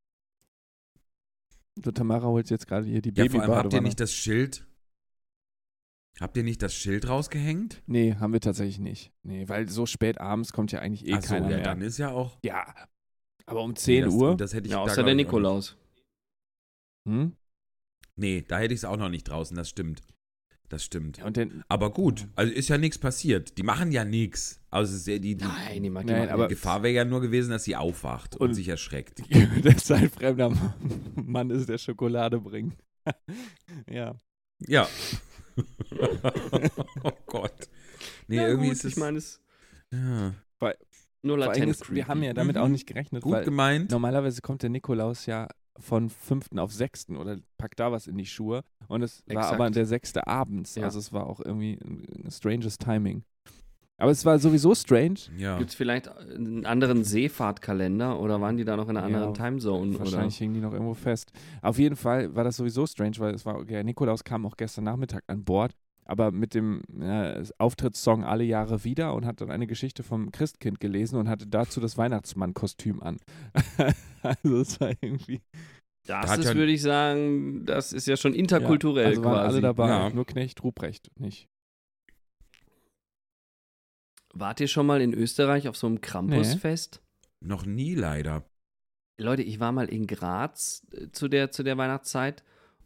C: So, Tamara holt jetzt gerade hier die
B: Ja, vor allem habt ihr
C: Babybadewanne.
B: nicht das Schild? Habt ihr nicht das Schild rausgehängt?
C: Nee, haben wir tatsächlich nicht. Nee, weil so spät abends kommt ja eigentlich eh
B: Ach so,
C: keiner
B: ja,
C: mehr.
B: dann ist ja auch.
C: Ja, aber um
B: Nee,
C: zehn
B: das,
C: Uhr?
B: Das hätte ich
A: Ja,
B: da,
A: außer
B: glaub
A: der
B: ich, auch
A: Nikolaus.
C: Hm?
B: Nicht. Nee, da hätte ich es auch noch nicht draußen, das stimmt. Das stimmt.
C: Ja, und den,
B: Aber gut, also ist ja nichts passiert. Die machen ja nichts. Also es ist ja die, die,
A: Nein, die mag
C: Nein,
A: die mag
C: aber-
B: die Gefahr wäre ja nur gewesen, dass sie aufwacht und,
C: Und-
B: sich erschreckt.
C: dass ein fremder Mann ist, der Schokolade bringt. ja.
B: Ja. Oh Gott. Nee,
A: Ja,
B: irgendwie
A: gut,
B: ist es.
A: ich meine, es
B: ja.
A: nur
C: Vor allem
A: latent
C: ist, wir haben ja
A: creepy.
C: damit
B: Mhm.
C: auch nicht gerechnet,
B: Gut
C: weil
B: gemeint.
C: normalerweise kommt der Nikolaus ja von fünften auf sechsten oder packt da was in die Schuhe. Und es war
A: Exakt.
C: aber der sechste abends.
A: Ja.
C: Also es war auch irgendwie ein, ein stranges Timing. Aber es war sowieso strange.
B: Ja.
A: Gibt es vielleicht einen anderen Seefahrtkalender oder waren die da noch in einer
C: Ja,
A: anderen Timezone?
C: Wahrscheinlich hingen die noch irgendwo fest. Auf jeden Fall war das sowieso strange, weil es war, der Nikolaus kam auch gestern Nachmittag an Bord, aber mit dem äh, Auftrittssong Alle Jahre wieder und hat dann eine Geschichte vom Christkind gelesen und hatte dazu das Weihnachtsmann-Kostüm an. Also es war irgendwie.
A: Das
B: Da hat
A: ist,
B: ja-
A: würde ich sagen, das ist ja schon interkulturell
C: ja, also waren
A: quasi.
C: alle dabei,
B: Ja.
C: nur Knecht Ruprecht nicht.
A: Wart ihr schon mal in Österreich auf so einem Krampusfest?
B: Noch nie leider.
A: Leute, ich war mal in Graz äh, zu der, zu der Weihnachtszeit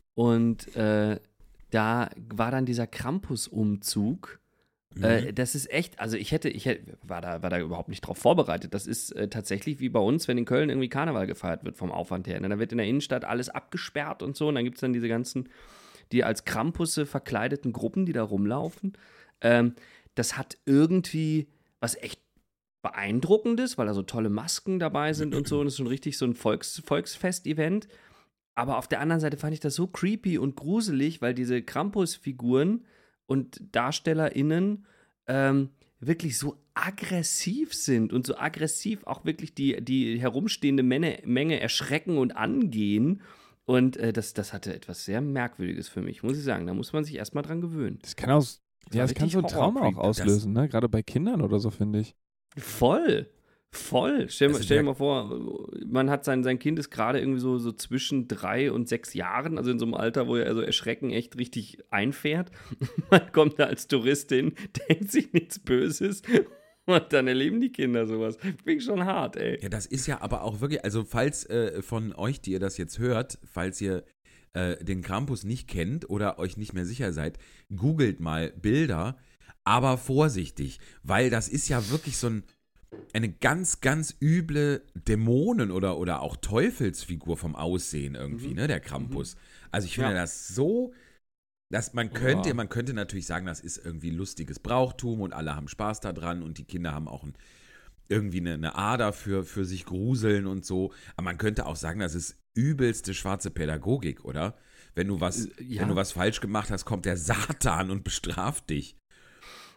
A: und äh, da war dann dieser Krampus-Umzug.
B: Mhm.
A: Äh, das ist echt, also ich hätte, ich hätte, war da, war da überhaupt nicht drauf vorbereitet. Das ist äh, tatsächlich wie bei uns, wenn in Köln irgendwie Karneval gefeiert wird vom Aufwand her. Ne? Da wird in der Innenstadt alles abgesperrt und so und dann gibt es dann diese ganzen, die als Krampusse verkleideten Gruppen, die da rumlaufen. Ähm, das hat irgendwie was echt Beeindruckendes, weil da so tolle Masken dabei sind und so und es ist schon richtig so ein Volks, Volksfest-Event. Aber auf der anderen Seite fand ich das so creepy und gruselig, weil diese Krampus-Figuren und DarstellerInnen ähm, wirklich so aggressiv sind und so aggressiv auch wirklich die, die herumstehende Menge, Menge erschrecken und angehen. Und äh, das, das hatte etwas sehr Merkwürdiges für mich, muss ich sagen. Da muss man sich erstmal dran gewöhnen.
C: Das kann aus, ja,
A: war
C: das kann
A: richtig
C: so ein Trauma auch
A: Horror-Creep.
C: auslösen, ne? Gerade bei Kindern oder so, finde ich.
A: Voll. Voll. Stell,
B: Das
A: mal-
B: ist
A: stell dir
B: ja-
A: mal vor, man hat sein, sein Kind ist gerade irgendwie so, so zwischen drei und sechs Jahren, also in so einem Alter, wo er also Erschrecken echt richtig einfährt. Man kommt da als Touristin, denkt sich nichts Böses und dann erleben die Kinder sowas. Finde ich schon hart, ey.
B: Ja, das ist ja aber auch wirklich, also falls äh, von euch, die ihr das jetzt hört, falls ihr äh, den Krampus nicht kennt oder euch nicht mehr sicher seid, googelt mal Bilder, aber vorsichtig, weil das ist ja wirklich so ein, eine ganz, ganz üble Dämonen- oder, oder auch Teufelsfigur vom Aussehen irgendwie,
A: Mhm.
B: ne, der Krampus. Also ich finde
A: Ja.
B: das so, dass man könnte,
C: Ja.
B: man könnte natürlich sagen, das ist irgendwie lustiges Brauchtum und alle haben Spaß daran und die Kinder haben auch ein irgendwie eine, eine Ader für, für sich gruseln und so. Aber man könnte auch sagen, das ist übelste schwarze Pädagogik, oder? Wenn du was,
A: Äh, ja.
B: wenn du was falsch gemacht hast, kommt der Satan und bestraft dich.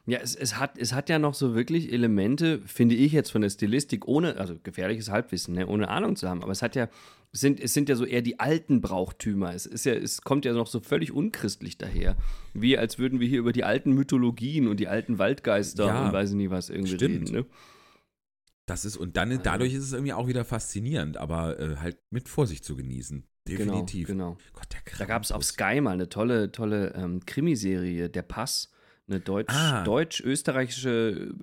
A: Ja, es, es, hat, es hat ja noch so wirklich Elemente, finde ich jetzt von der Stilistik, ohne, also gefährliches Halbwissen, ne, ohne Ahnung zu haben, aber es hat ja, es sind, es sind ja so eher die alten Brauchtümer. Es ist ja, es kommt ja noch so völlig unchristlich daher. Wie als würden wir hier über die alten Mythologien und die alten Waldgeister
B: Ja,
A: und weiß ich nie was irgendwie
B: stimmt.
A: reden, ne?
B: Das ist, und dann dadurch ist es irgendwie auch wieder faszinierend, aber äh, halt mit Vorsicht zu genießen. Definitiv.
A: Genau, genau.
B: Gott, der
A: Da gab es auf
B: Krampus.
A: Sky mal eine tolle, tolle ähm, Krimiserie, Der Pass, eine deutsch,
B: Ah.
A: deutsch-österreichische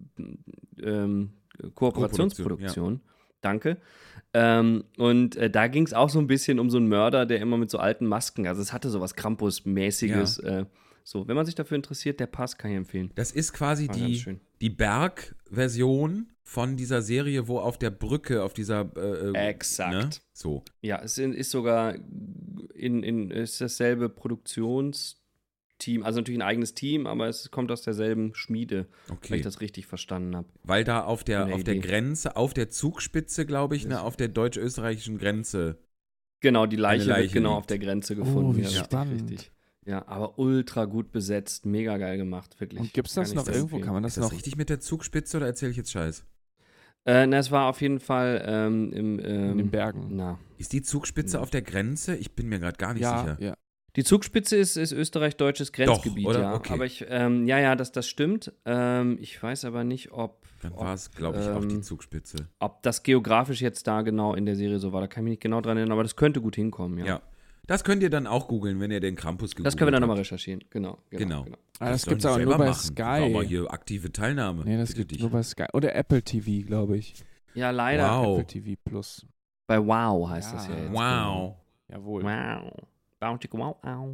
A: äh, ähm, Kooperationsproduktion. Danke. Ähm, und äh, da ging es auch so ein bisschen um so einen Mörder, der immer mit so alten Masken, also es hatte so was Krampus-mäßiges. Äh, so, wenn man sich dafür interessiert, Der Pass kann ich empfehlen.
B: Das ist quasi
A: War ganz
B: die,
A: schön.
B: die Berg-Version von dieser Serie, wo auf der Brücke, auf dieser äh, äh,
A: Exakt.
B: Ne? So.
A: Ja, es in- ist sogar in, in ist dasselbe Produktionsteam, also natürlich ein eigenes Team, aber es kommt aus derselben Schmiede, wenn
B: Okay.
A: ich das richtig verstanden habe.
B: Weil da auf der,
A: Eine
B: auf der
A: Idee.
B: Grenze, auf der Zugspitze, glaube ich, ne, auf der deutsch-österreichischen Grenze.
A: Genau, die Leiche,
B: Eine Leiche
A: wird genau
B: liegt.
A: auf der Grenze gefunden.
C: Oh, wie
A: ja, richtig,
C: spannend.
A: richtig. Ja, aber ultra gut besetzt, mega geil gemacht, wirklich.
C: Und gibt es das
A: Kann ich
C: noch
A: sehr
C: irgendwo?
A: empfehlen.
C: Kann man das
B: Ist das
C: noch?
B: richtig mit der Zugspitze oder erzähle ich jetzt Scheiß?
A: Äh, na, es war auf jeden Fall ähm, im, ähm,
C: In den Bergen.
A: Na.
B: Ist die Zugspitze
A: Ja.
B: auf der Grenze? Ich bin mir gerade gar nicht
C: Ja,
B: sicher.
C: ja.
A: Die Zugspitze ist, ist österreich-deutsches Grenzgebiet,
B: oder?
A: ja.
B: Okay.
A: Aber ich, ähm, ja, ja, das, das stimmt. Ähm, ich weiß aber nicht, ob,
B: Dann
A: ob,
B: war es, glaube ich, auch die
A: ähm,
B: Zugspitze.
A: ob das geografisch jetzt da genau in der Serie so war. Da kann ich mich nicht genau dran erinnern, aber das könnte gut hinkommen, ja.
B: Ja. Das könnt ihr dann auch googeln, wenn ihr den Krampus googelt
A: Das können wir dann nochmal
B: habt.
A: recherchieren. Genau.
B: Genau.
A: genau.
C: Ah, das
B: sollen
C: gibt's
B: die
C: aber nur
B: selber
C: bei
B: machen. Wir brauchen mal
C: Sky.
B: hier aktive Teilnahme.
C: Nee, das
B: Bitte
C: gibt
B: dich.
C: nur bei Sky. Oder Apple T V, glaube ich.
A: Ja, leider.
B: Wow.
C: Apple T V Plus.
A: Bei Wow heißt
C: Ja.
A: das ja jetzt.
B: Wow.
C: Jawohl.
A: Wow. Bounty wow, wow.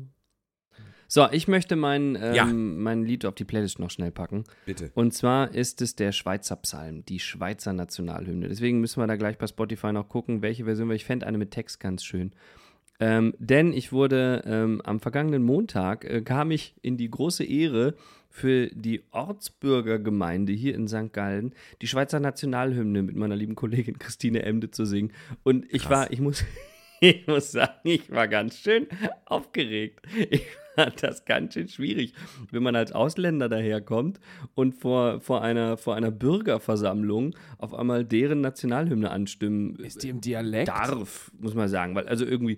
A: So, ich möchte mein, ähm,
B: Ja.
A: mein Lied auf die Playlist noch schnell packen.
B: Bitte.
A: Und zwar ist es der Schweizer Psalm, die Schweizer Nationalhymne. Deswegen müssen wir da gleich bei Spotify noch gucken, welche Version, weil ich fände eine mit Text ganz schön. Ähm, denn ich wurde ähm, am vergangenen Montag, äh, kam ich in die große Ehre, für die Ortsbürgergemeinde hier in Sankt Gallen die Schweizer Nationalhymne mit meiner lieben Kollegin Christine Emde zu singen. Und ich
B: Krass.
A: war, ich muss, ich muss sagen, ich war ganz schön aufgeregt. Ich fand das ganz schön schwierig, wenn man als Ausländer daherkommt und vor, vor, einer, vor einer Bürgerversammlung auf einmal deren Nationalhymne anstimmen
C: Ist die im Dialekt?
A: darf, muss man sagen, weil also irgendwie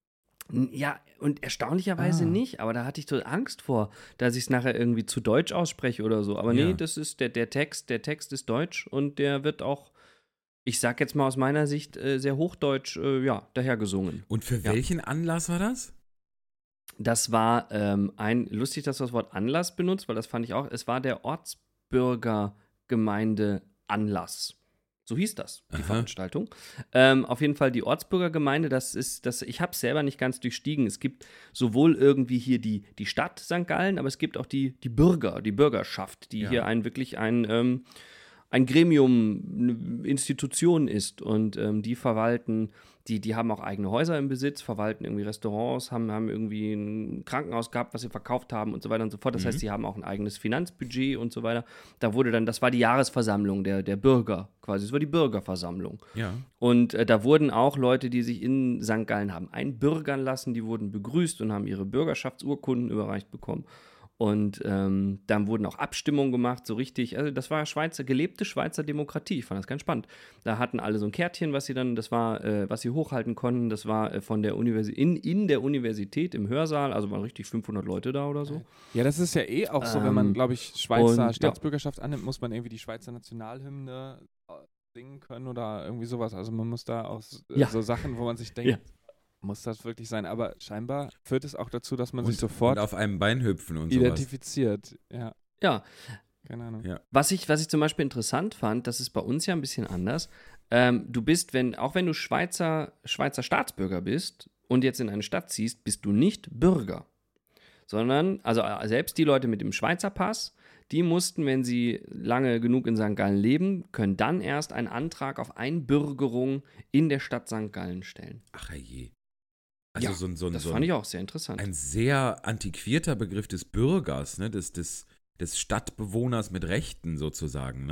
A: ja, und erstaunlicherweise
C: Ah.
A: nicht, aber da hatte ich so Angst vor, dass ich es nachher irgendwie zu deutsch ausspreche oder so. Aber nee,
B: Ja.
A: das ist der, der Text, der Text ist deutsch und der wird auch, ich sag jetzt mal aus meiner Sicht, äh, sehr hochdeutsch, äh, ja, dahergesungen.
B: Und für
A: Ja.
B: welchen Anlass war das?
A: Das war ähm, ein, lustig, dass du das Wort Anlass benutzt, weil das fand ich auch, es war der Ortsbürgergemeinde Anlass. So hieß das, die
B: Aha.
A: Veranstaltung. Ähm, auf jeden Fall die Ortsbürgergemeinde, das ist, das, ich habe es selber nicht ganz durchstiegen. Es gibt sowohl irgendwie hier die, die Stadt Sankt Gallen, aber es gibt auch die, die Bürger, die Bürgerschaft, die
B: Ja.
A: hier ein wirklich ein, ähm, ein Gremium, eine Institution ist und ähm, die verwalten, die, die haben auch eigene Häuser im Besitz, verwalten irgendwie Restaurants, haben, haben irgendwie ein Krankenhaus gehabt, was sie verkauft haben und so weiter und so fort. Das
B: Mhm.
A: heißt, sie haben auch ein eigenes Finanzbudget und so weiter. Da wurde dann, das war die Jahresversammlung der, der Bürger quasi, das war die Bürgerversammlung.
B: Ja.
A: Und äh, da wurden auch Leute, die sich in Sankt Gallen haben einbürgern lassen, die wurden begrüßt und haben ihre Bürgerschaftsurkunden überreicht bekommen. Und ähm, dann wurden auch Abstimmungen gemacht, so richtig. Also das war Schweizer, gelebte Schweizer Demokratie. Ich fand das ganz spannend. Da hatten alle so ein Kärtchen, was sie dann, das war, äh, was sie hochhalten konnten. Das war äh, von der Universität, in, in der Universität im Hörsaal, also waren richtig fünfhundert Leute da oder so.
C: Ja, das ist ja eh auch so, wenn man,
A: Ähm,
C: glaube ich, Schweizer
A: und-
C: Staatsbürgerschaft annimmt, muss man irgendwie die Schweizer Nationalhymne äh, singen können oder irgendwie sowas. Also man muss da auch s-
A: Ja.
C: so Sachen, wo man sich denkt,
A: Ja.
C: muss das wirklich sein? Aber scheinbar führt es auch dazu, dass man
B: Und,
C: sich sofort
B: und auf einem Bein hüpfen und sowas.
C: identifiziert. Ja,
A: Ja,
C: keine Ahnung.
B: Ja.
A: Was ich, was ich zum Beispiel interessant fand, das ist bei uns ja ein bisschen anders. Ähm, du bist, wenn, auch wenn du Schweizer, Schweizer Staatsbürger bist und jetzt in eine Stadt ziehst, bist du nicht Bürger. Sondern, also äh, selbst die Leute mit dem Schweizer Pass, die mussten, wenn sie lange genug in Sankt Gallen leben, können dann erst einen Antrag auf Einbürgerung in der Stadt Sankt Gallen stellen.
B: Ach je. Also
A: Ja,
B: so ein, so ein,
A: Das
B: so
A: fand ich
B: ein,
A: auch sehr interessant.
B: ein sehr antiquierter Begriff des Bürgers, ne? des, des, des Stadtbewohners mit Rechten sozusagen, ne?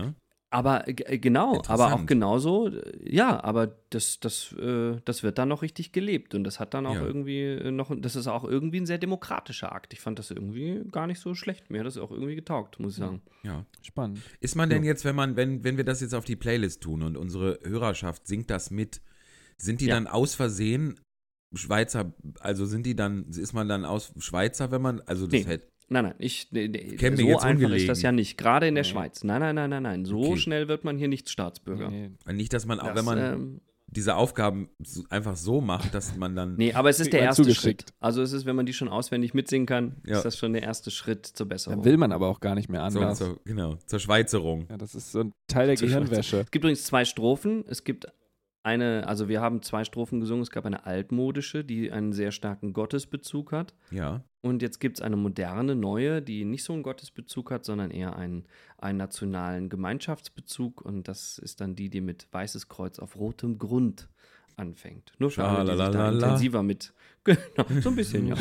A: Aber äh, genau, aber auch
B: Interessant.
A: genauso, äh, ja, aber das, das, äh, das wird dann noch richtig gelebt und das hat dann auch
B: Ja.
A: irgendwie äh, noch, das ist auch irgendwie ein sehr demokratischer Akt. Ich fand das irgendwie gar nicht so schlecht. Mir hat das auch irgendwie getaugt, muss ich sagen.
B: Ja.
C: Spannend.
B: Ist man denn jetzt, wenn man, wenn, wenn wir das jetzt auf die Playlist tun und unsere Hörerschaft singt das mit, sind die
A: Ja.
B: dann aus Versehen Schweizer, also sind die dann, ist man dann aus Schweizer, wenn man, also das
A: Nee.
B: hätte,
A: Nein, nein, ich, nee, nee,
B: Käme mir
A: so
B: jetzt
A: einfach
B: ungelegen.
A: ist das ja nicht, gerade in der
C: Nee.
A: Schweiz. Nein, nein, nein, nein, nein, so
B: Okay.
A: schnell wird man hier nicht Staatsbürger.
C: Nee.
B: nicht, dass man auch,
A: Das,
B: wenn man
A: ähm,
B: diese Aufgaben so- einfach so macht, dass man dann,
A: nee, aber es ist
C: Kriegt
A: der
C: man
A: erste
C: zugeschickt.
A: Schritt. Also es ist, wenn man die schon auswendig mitsingen kann,
B: Ja.
A: ist das schon der erste Schritt zur Besserung.
C: Dann will man aber auch gar nicht mehr
B: so,
C: anders.
B: so, genau, zur Schweizerung.
C: Ja, das ist so ein Teil der
A: Zur
C: Gehirnwäsche.
A: Es gibt übrigens zwei Strophen. Es gibt eine, also wir haben zwei Strophen gesungen. Es gab eine altmodische, die einen sehr starken Gottesbezug hat.
B: Ja,
A: Und jetzt gibt es eine moderne, neue, die nicht so einen Gottesbezug hat, sondern eher einen, einen nationalen Gemeinschaftsbezug. Und das ist dann die, die mit Weißes Kreuz auf rotem Grund anfängt. Nur für alle, die sich da
B: Schalalala.
A: intensiver mit. Genau, so ein bisschen, ja.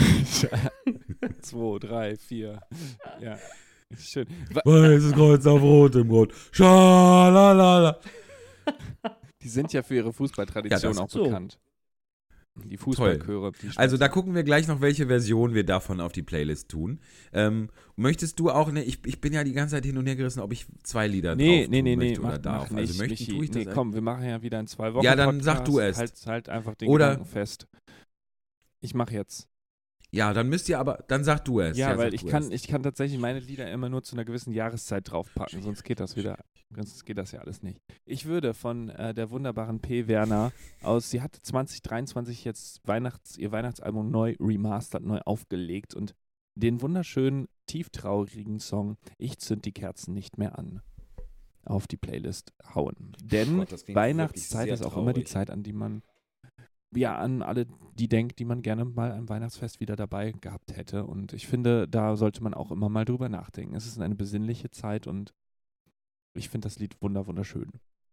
C: Zwei, drei, vier. Ja. Schön. Wa-
B: Weißes Kreuz auf rotem Grund. Schalalala.
C: Die sind ja für ihre Fußballtradition
B: Ja, das
C: auch
A: ist so.
C: bekannt. Die Fußballchöre. Die
B: Also
C: Schweizer.
B: da gucken wir gleich noch, welche Version wir davon auf die Playlist tun. Ähm, möchtest du auch, ne, ich, ich bin ja die ganze Zeit hin und her gerissen, ob ich zwei Lieder
C: Nee,
B: drauf
C: nee,
B: tun
C: nee, nee,
B: möchte
C: mach,
B: oder darf.
C: mach nicht,
B: also möchten
C: Michi.
B: tue ich das
C: Nee, komm, wir machen ja wieder in zwei Wochen
B: Ja, dann sag
C: Podcast.
B: du es.
C: Halt, halt einfach den
B: Oder-
C: Gedanken fest. Ich mach jetzt.
B: Ja, dann müsst ihr aber, dann sag du es.
C: Ja, weil
B: sag
C: ich
B: du
C: kann,
B: es.
C: ich kann tatsächlich meine Lieder immer nur zu einer gewissen Jahreszeit draufpacken, sonst geht das wieder, sonst geht das ja alles nicht. Ich würde von äh, der wunderbaren P. Werner aus, sie hat zwanzig dreiundzwanzig jetzt Weihnachts, ihr Weihnachtsalbum neu remastert, neu aufgelegt und den wunderschönen, tieftraurigen Song Ich zünd die Kerzen nicht mehr an auf die Playlist hauen. Denn
B: Gott, das klingt
C: Weihnachtszeit
B: wirklich
C: ist
B: sehr
C: auch immer die
B: traurig.
C: Zeit, an die man, ja, an alle, die denkt, die man gerne mal am Weihnachtsfest wieder dabei gehabt hätte. Und ich finde, da sollte man auch immer mal drüber nachdenken. Es ist eine besinnliche Zeit und ich finde das Lied wunder, wunderschön.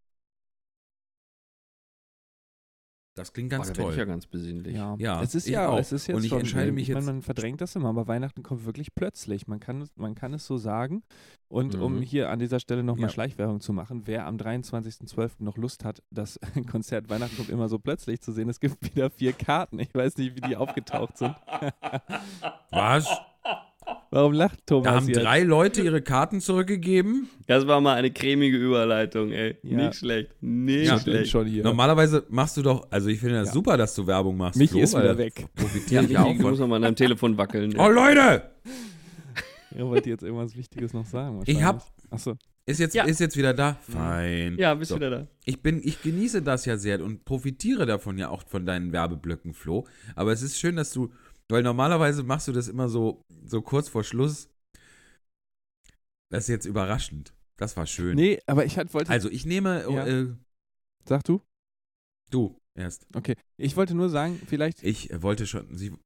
B: Das klingt
A: Oh,
B: ganz
A: da bin ich
B: toll.
A: ja ganz besinnlich.
C: Ja,
B: Ja,
C: es ist
B: ich
C: ja,
B: auch.
C: es ist jetzt
B: Und ich
C: schon,
B: entscheide mich
C: ich meine,
B: jetzt-
C: man verdrängt das immer, aber Weihnachten kommt wirklich plötzlich. Man kann, es- man kann es so sagen. Und um
A: Mhm.
C: hier an dieser Stelle nochmal
B: Ja.
C: Schleichwerbung zu machen, wer am dreiundzwanzigsten zwölften noch Lust hat, das Konzert Weihnachten kommt immer so plötzlich zu sehen, es gibt wieder vier Karten. Ich weiß nicht, wie die aufgetaucht sind.
B: Was?
C: Warum lacht Thomas
B: Da haben
C: jetzt?
B: drei Leute ihre Karten zurückgegeben.
A: Das war mal eine cremige Überleitung, ey.
C: Ja.
A: Nicht schlecht. Nicht
B: Ja.
C: Stimmt
A: schlecht.
C: schon hier.
B: Normalerweise machst du doch, also ich finde das
C: Ja.
B: super, dass du Werbung machst.
C: Michi
B: Flo,
C: ist
B: weil
C: wieder
B: da
C: weg.
B: Profitiere
A: Ja,
B: ich ja auch
A: Michi, du musst
B: von.
A: noch mal an deinem Telefon wackeln.
B: Oh Leute!
C: Ihr wollt jetzt irgendwas Wichtiges noch sagen?
B: Ich hab-
C: wahrscheinlich. Achso.
B: Ist jetzt,
A: Ja.
B: ist jetzt wieder da? Fein.
A: Ja, bist
B: So.
A: wieder da.
B: Ich bin, ich genieße das ja sehr und profitiere davon ja auch von deinen Werbeblöcken, Flo. Aber es ist schön, dass du, weil normalerweise machst du das immer so, so kurz vor Schluss. Das ist jetzt überraschend. Das war schön.
C: Nee, aber ich halt wollte.
B: Also ich nehme,
C: Ja.
B: äh,
C: Sag du?
B: du erst.
C: Okay. Ich wollte nur sagen, vielleicht.
B: Ich wollte schon, sie,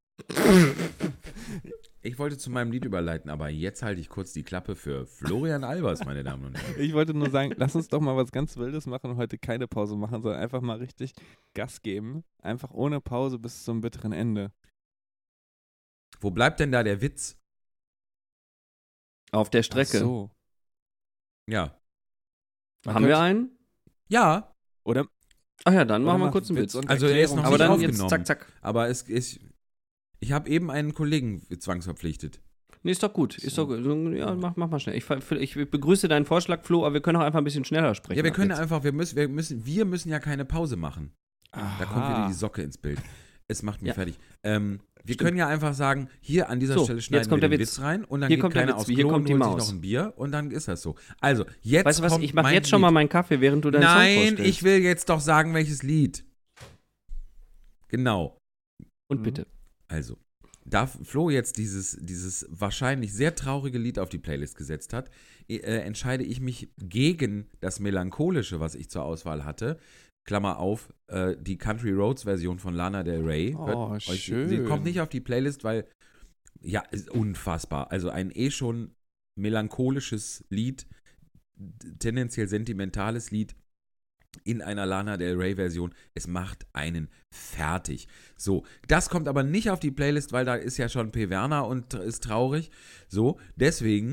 B: ich wollte zu meinem Lied überleiten, aber jetzt halte ich kurz die Klappe für Florian Albers, meine Damen und Herren.
C: Ich wollte nur sagen, lass uns doch mal was ganz Wildes machen und heute keine Pause machen, sondern einfach mal richtig Gas geben. Einfach ohne Pause bis zum bitteren Ende.
B: Wo bleibt denn da der Witz?
A: Auf der Strecke.
C: Ach so.
B: Ja.
C: Man
A: Haben wir
C: könnte-
A: einen?
B: Ja,
C: Oder?
A: Ach ja, dann
C: oder
A: machen wir
C: macht
A: kurz einen Witz.
C: und
B: Also er ist
C: Erklärung.
B: noch
A: Aber
B: nicht
A: dann
B: aufgenommen.
A: jetzt zack, zack.
B: aber es ist, ich habe eben einen Kollegen zwangsverpflichtet.
A: Nee, ist doch gut. Ist doch gut. Ja, mach, mach mal schnell. Ich, ich begrüße deinen Vorschlag, Flo, aber wir können auch einfach ein bisschen schneller sprechen.
B: Ja, wir
A: ab
B: können
A: jetzt.
B: einfach, wir müssen, wir müssen, wir müssen ja keine Pause machen. Da kommt
C: Aha.
B: wieder die Socke ins Bild. Es macht mich
A: Ja.
B: fertig. Ähm, wir
A: Stimmt.
B: können ja einfach sagen, hier an dieser
A: So,
B: Stelle
A: jetzt
B: schneiden
A: kommt
B: wir
A: der
B: den
A: Witz.
B: Witz rein und dann
A: Hier
B: geht
A: kommt der
B: keiner
A: Witz,
B: aufs
A: wie hier
B: Klo
A: kommt
B: und
A: die
B: holt sich
A: Maus.
B: noch ein Bier und dann ist das so. Also, jetzt
A: Weißt du was,
B: kommt
A: ich mache
B: mein
A: jetzt schon
B: Lied.
A: mal meinen Kaffee, während du deinen Song
B: Nein,
A: vorstellst.
B: ich will jetzt doch sagen, welches Lied. Genau.
A: Und
C: Mhm.
A: bitte.
B: Also, da Flo jetzt dieses, dieses wahrscheinlich sehr traurige Lied auf die Playlist gesetzt hat, äh, entscheide ich mich gegen das Melancholische, was ich zur Auswahl hatte. Klammer auf, äh, die Country Roads Version von Lana Del Rey.
C: Oh,
B: Hört euch- Sie
C: schön.
B: kommt nicht auf die Playlist, weil, ja, ist unfassbar. Also ein eh schon melancholisches Lied, d- tendenziell sentimentales Lied in einer Lana Del Rey Version. Es macht einen fertig. So, das kommt aber nicht auf die Playlist, weil da ist ja schon P. Werner und tr- ist traurig. So, deswegen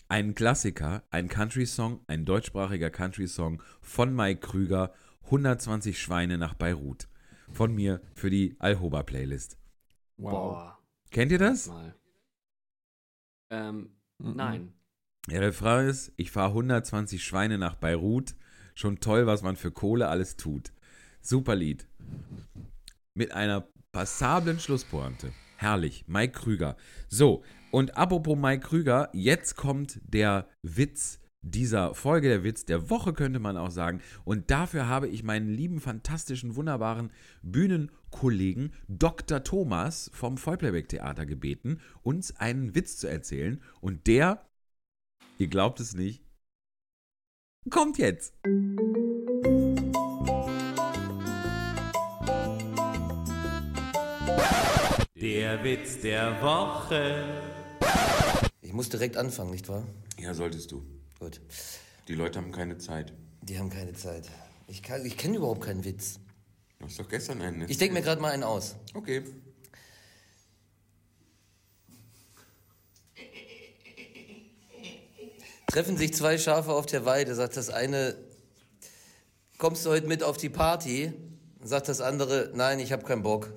B: Ein Klassiker, ein Country-Song, ein deutschsprachiger Country-Song von Mike Krüger, hundertzwanzig Schweine nach Beirut. Von mir für die Alhoba-Playlist.
C: Wow.
A: Boah.
B: Kennt ihr das?
A: Mal. Ähm,
C: Mhm.
A: nein.
B: Der Refrain ist, ich fahre hundertzwanzig Schweine nach Beirut. Schon toll, was man für Kohle alles tut. Super Lied. Mit einer passablen Schlusspointe. Herrlich. Mike Krüger. So, und apropos Mike Krüger, jetzt kommt der Witz dieser Folge, der Witz der Woche, könnte man auch sagen. Und dafür habe ich meinen lieben, fantastischen, wunderbaren Bühnenkollegen Doktor Thomas vom Vollplayback-Theater gebeten, uns einen Witz zu erzählen. Und der, ihr glaubt es nicht, kommt jetzt.
D: Der Witz der Woche.
E: Ich muss direkt anfangen, nicht wahr?
B: Ja, solltest du.
E: Gut.
B: Die Leute haben keine Zeit.
E: Die haben keine Zeit. Ich, kann- ich kenne überhaupt keinen Witz.
B: Du hast doch gestern einen.
E: Ich denke mir gerade mal einen aus.
B: Okay.
E: Treffen sich zwei Schafe auf der Weide, sagt das eine, kommst du heute mit auf die Party? Sagt das andere, nein, ich habe keinen Bock.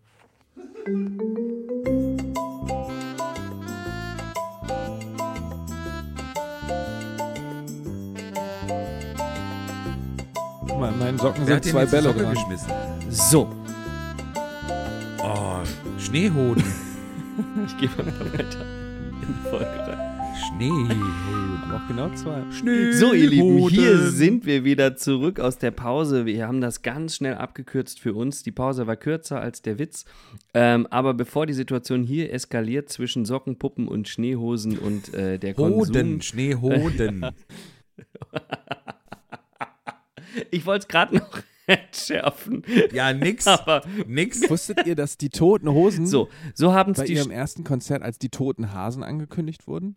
C: Guck mal, in meinen Socken
B: Wer
C: sind
B: hat dir
C: zwei
B: jetzt die
C: Bälle
B: Socke
C: dran.
B: geschmissen?
A: So,
B: Oh, Schneehoden.
A: ich gehe mal weiter in die Folge rein.
B: Schneehoden.
C: Auch genau zwei.
A: So, ihr Lieben, hier sind wir wieder zurück aus der Pause. Wir haben das ganz schnell abgekürzt für uns. Die Pause war kürzer als der Witz. Ähm, aber bevor die Situation hier eskaliert zwischen Sockenpuppen und Schneehosen und äh, der Konsum...
B: Hoden, Schneehoden.
A: Ich wollte es gerade noch entschärfen.
B: Ja, nix.
A: Aber
B: Nix.
C: Wusstet ihr, dass die Toten Hosen
A: so, so haben es
C: bei
A: die...
C: ihrem ersten Konzert als die Toten Hasen angekündigt wurden?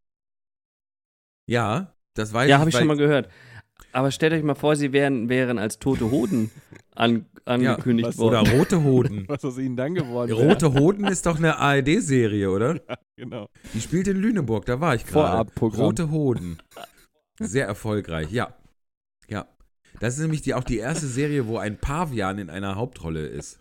B: Ja, das weiß
A: Ja, habe ich
B: weil-
A: schon mal gehört. Aber stellt euch mal vor, sie wären, wären als tote Hoden an, angekündigt
C: was-
A: worden.
B: Oder rote Hoden.
C: Was aus ihnen dann geworden wäre.
B: Rote Hoden ist doch eine A R D-Serie, oder?
C: Genau.
B: Die spielt in Lüneburg, da war ich gerade.
C: Vorabprogramm.
B: Rote Hoden. Sehr erfolgreich, ja. Ja. Das ist nämlich die, auch die erste Serie, wo ein Pavian in einer Hauptrolle ist.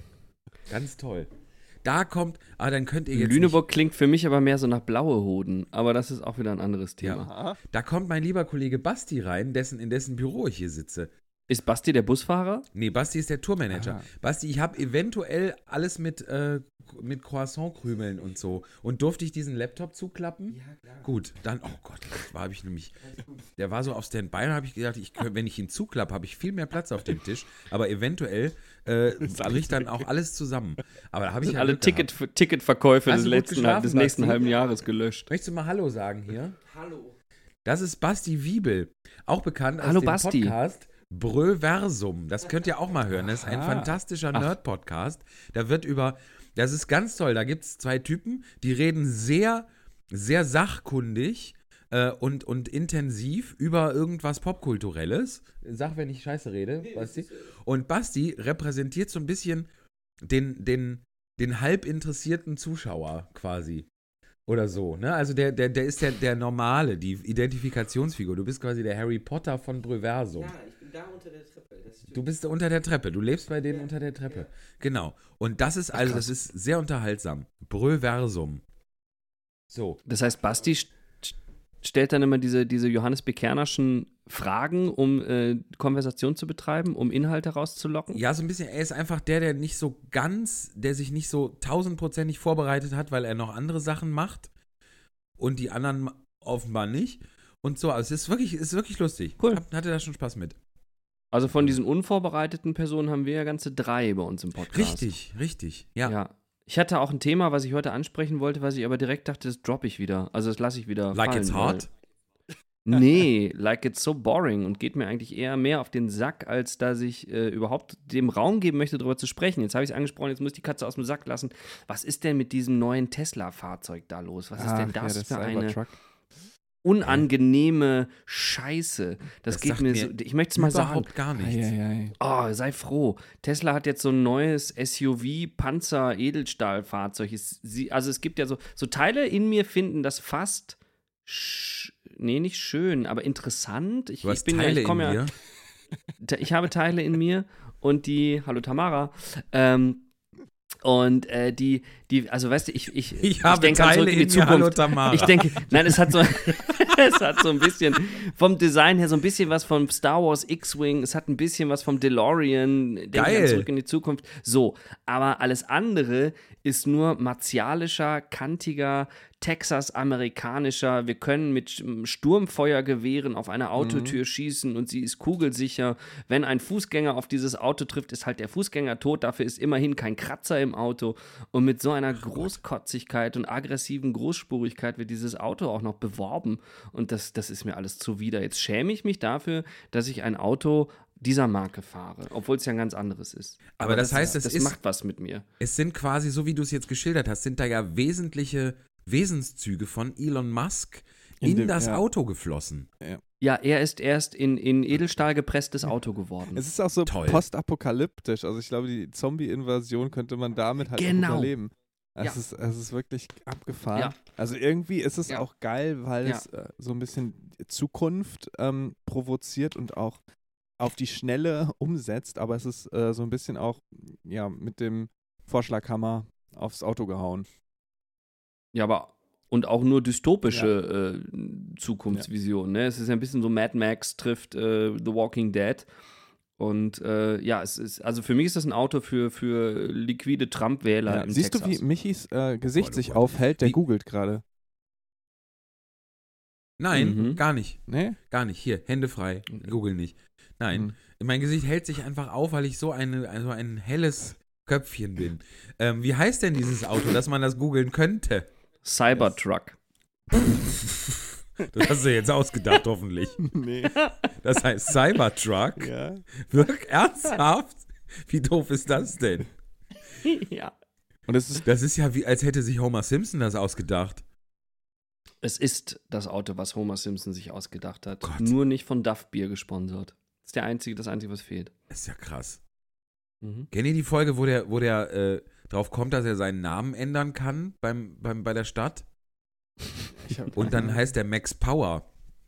B: Ganz toll. Da kommt, ah, dann könnt ihr jetzt
A: Lüneburg klingt für mich aber mehr so nach blaue Hoden. Aber das ist auch wieder ein anderes
B: Ja.
A: Thema.
B: nicht, da kommt mein lieber Kollege Basti rein, dessen, in dessen Büro ich hier sitze.
A: Ist Basti der Busfahrer?
B: Nee, Basti ist der Tourmanager.
C: Ah.
B: Basti, ich habe eventuell alles mit, äh, mit Croissant-Krümeln und so. Und durfte ich diesen Laptop zuklappen? Ja, klar. Gut, dann, oh Gott, das war ich nämlich, der war so auf Standby, und habe ich gedacht, ich, könnt- wenn ich ihn zuklappe, habe ich viel mehr Platz auf dem Tisch. Aber eventuell äh, bricht dann auch alles zusammen. Aber da habe ich
A: Sind
B: ja
A: alle
B: Glück
A: Ticket,
B: gehabt.
A: Ticketverkäufe
B: Hast
A: des,
B: du gut
A: letzten,
B: geschlafen,
A: des nächsten
B: Basti?
A: halben Jahres gelöscht.
B: Möchtest du mal Hallo sagen hier? Hallo. Das ist Basti Wiebel, auch bekannt aus
A: Hallo,
B: dem
A: Basti.
B: Podcast Bröversum. Das könnt ihr auch mal hören. Das ist ein
C: Aha.
B: fantastischer Nerd-Podcast. Da wird über, das ist ganz toll, da gibt es zwei Typen, die reden sehr, sehr sachkundig äh, und, und intensiv über irgendwas Popkulturelles. Sag, wenn ich scheiße rede, Basti. Und Basti repräsentiert so ein bisschen den, den, den halb interessierten Zuschauer quasi. Oder so, ne? Also der, der, der ist der, der Normale, die Identifikationsfigur. Du bist quasi der Harry Potter von Bröversum.
F: ich bin da unter der Treppe. Das
B: Du bist unter der Treppe, du lebst bei denen unter der Treppe. Genau. Und das ist also, das ist sehr unterhaltsam. Bröversum. So.
A: Das heißt, Basti st stellt dann immer diese, diese Johannes Bekernerschen Fragen, um äh, Konversation zu betreiben, um Inhalte rauszulocken?
B: Ja, so ein bisschen, er ist einfach der, der nicht so ganz, der sich nicht so tausendprozentig vorbereitet hat, weil er noch andere Sachen macht und die anderen offenbar nicht. Und so, also es ist wirklich, es ist wirklich lustig.
A: Cool.
B: Hab, hatte da schon Spaß mit.
A: Also von diesen unvorbereiteten Personen haben wir ja ganze drei bei uns im Podcast.
B: Richtig, richtig. Ja.
A: Ja. Ich hatte auch ein Thema, was ich heute ansprechen wollte, was ich aber direkt dachte, das droppe ich wieder. Also das lasse ich wieder
B: Like
A: fallen.
B: it's hard?
A: weil- Nee, like it's so boring und geht mir eigentlich eher mehr auf den Sack, als dass ich äh, überhaupt dem Raum geben möchte, darüber zu sprechen. Jetzt habe ich es angesprochen, jetzt muss ich die Katze aus dem Sack lassen. Was ist denn mit diesem neuen Tesla-Fahrzeug da los? Was ist denn
C: Ach,
A: das,
C: ja,
A: für eine
C: Cybertruck.
A: unangenehme Scheiße? Das,
B: Das
A: geht
B: sagt
A: mir
B: mir
A: so, ich möchte es mal sagen.
B: Überhaupt gar nichts.
C: Eieiei.
A: Oh, sei froh. Tesla hat jetzt so ein neues S U V-Panzer-Edelstahlfahrzeug. Es- sie- Also es gibt ja so, so Teile in mir finden das fast sch- nee, nicht schön, aber interessant. Ich,
B: Du hast
A: ich bin
B: Teile
A: ja, ich komme
B: in
A: ja,
B: dir.
A: Te- ich habe Teile in mir und die, hallo Tamara, ähm, und äh, die, die, also weißt du, ich, ich,
B: Ich habe
A: denke an
B: Teile
A: zurück in die
B: in mir, hallo
A: Zukunft.
B: Tamara.
A: Ich denke, nein, es hat so, es hat so ein bisschen vom Design her so ein bisschen was vom Star Wars X-Wing, es hat ein bisschen was vom DeLorean, denke ich
B: Geil.
A: an zurück in die Zukunft. So, aber alles andere ist nur martialischer, kantiger, Texas-amerikanischer. Wir können mit Sturmfeuergewehren auf eine Autotür schießen und sie ist kugelsicher. Wenn ein Fußgänger auf dieses Auto trifft, ist halt der Fußgänger tot. Dafür ist immerhin kein Kratzer im Auto. Und mit so einer Großkotzigkeit und aggressiven Großspurigkeit wird dieses Auto auch noch beworben. Und das, das ist mir alles zuwider. Jetzt schäme ich mich dafür, dass ich ein Auto dieser Marke fahre, obwohl es ja ein ganz anderes ist.
B: Aber das heißt,
A: das,
B: es
A: das
B: ist-
A: macht was mit mir.
B: Es sind quasi, so wie du es jetzt geschildert hast, sind da ja wesentliche Wesenszüge von Elon Musk in,
C: In dem-
B: das
C: ja.
B: Auto geflossen.
A: Ja, er ist erst in, in Edelstahl gepresstes Auto geworden.
C: Es ist auch so
B: Toll.
C: postapokalyptisch. Also ich glaube, die Zombie-Invasion könnte man damit halt
A: Genau.
C: auch überleben. Es,
A: Ja.
C: ist, es ist wirklich abgefahren.
A: Ja.
C: Also irgendwie ist es
A: Ja.
C: auch geil, weil
A: Ja.
C: es äh, so ein bisschen Zukunft ähm, provoziert und auch auf die Schnelle umsetzt. Aber es ist äh, so ein bisschen auch ja, mit dem Vorschlaghammer aufs Auto gehauen.
A: Ja, aber und auch nur dystopische äh, Zukunftsvisionen. Ne? Es ist ja ein bisschen so Mad Max trifft äh, The Walking Dead. Und äh, ja, es ist, also für mich ist das ein Auto für, für liquide Trump-Wähler
C: Ja.
A: im
C: Siehst
A: Texas.
C: du, wie Michis äh, Gesicht
B: Boah, du
C: sich
B: Gott.
C: aufhält? Der
B: Wie-
C: googelt gerade.
B: Nein,
A: Mhm.
B: gar nicht.
C: Nee?
B: Gar nicht. Hier, Hände frei. Google nicht. Nein.
C: Mhm.
B: Mein Gesicht hält sich einfach auf, weil ich so, eine, so ein helles Köpfchen bin. Ähm, wie heißt denn dieses Auto, dass man das googeln könnte?
A: Cybertruck.
B: Das hast du jetzt ausgedacht, hoffentlich.
C: Nee.
B: Das heißt Cybertruck?
C: Ja.
B: Wirklich ernsthaft? Wie doof ist das denn?
A: Ja.
C: Und es ist
B: Das ist ja wie, als hätte sich Homer Simpson das ausgedacht.
A: Es ist das Auto, was Homer Simpson sich ausgedacht hat.
B: Gott.
A: Nur nicht von Duff Bier gesponsert. Das ist der einzige, das Einzige, was fehlt.
B: Das ist ja krass.
A: Mhm.
B: Kennt ihr die Folge, wo der, wo der äh, drauf kommt, dass er seinen Namen ändern kann beim, beim, bei der Stadt?
C: ich hab,
B: Und dann heißt er Max Power.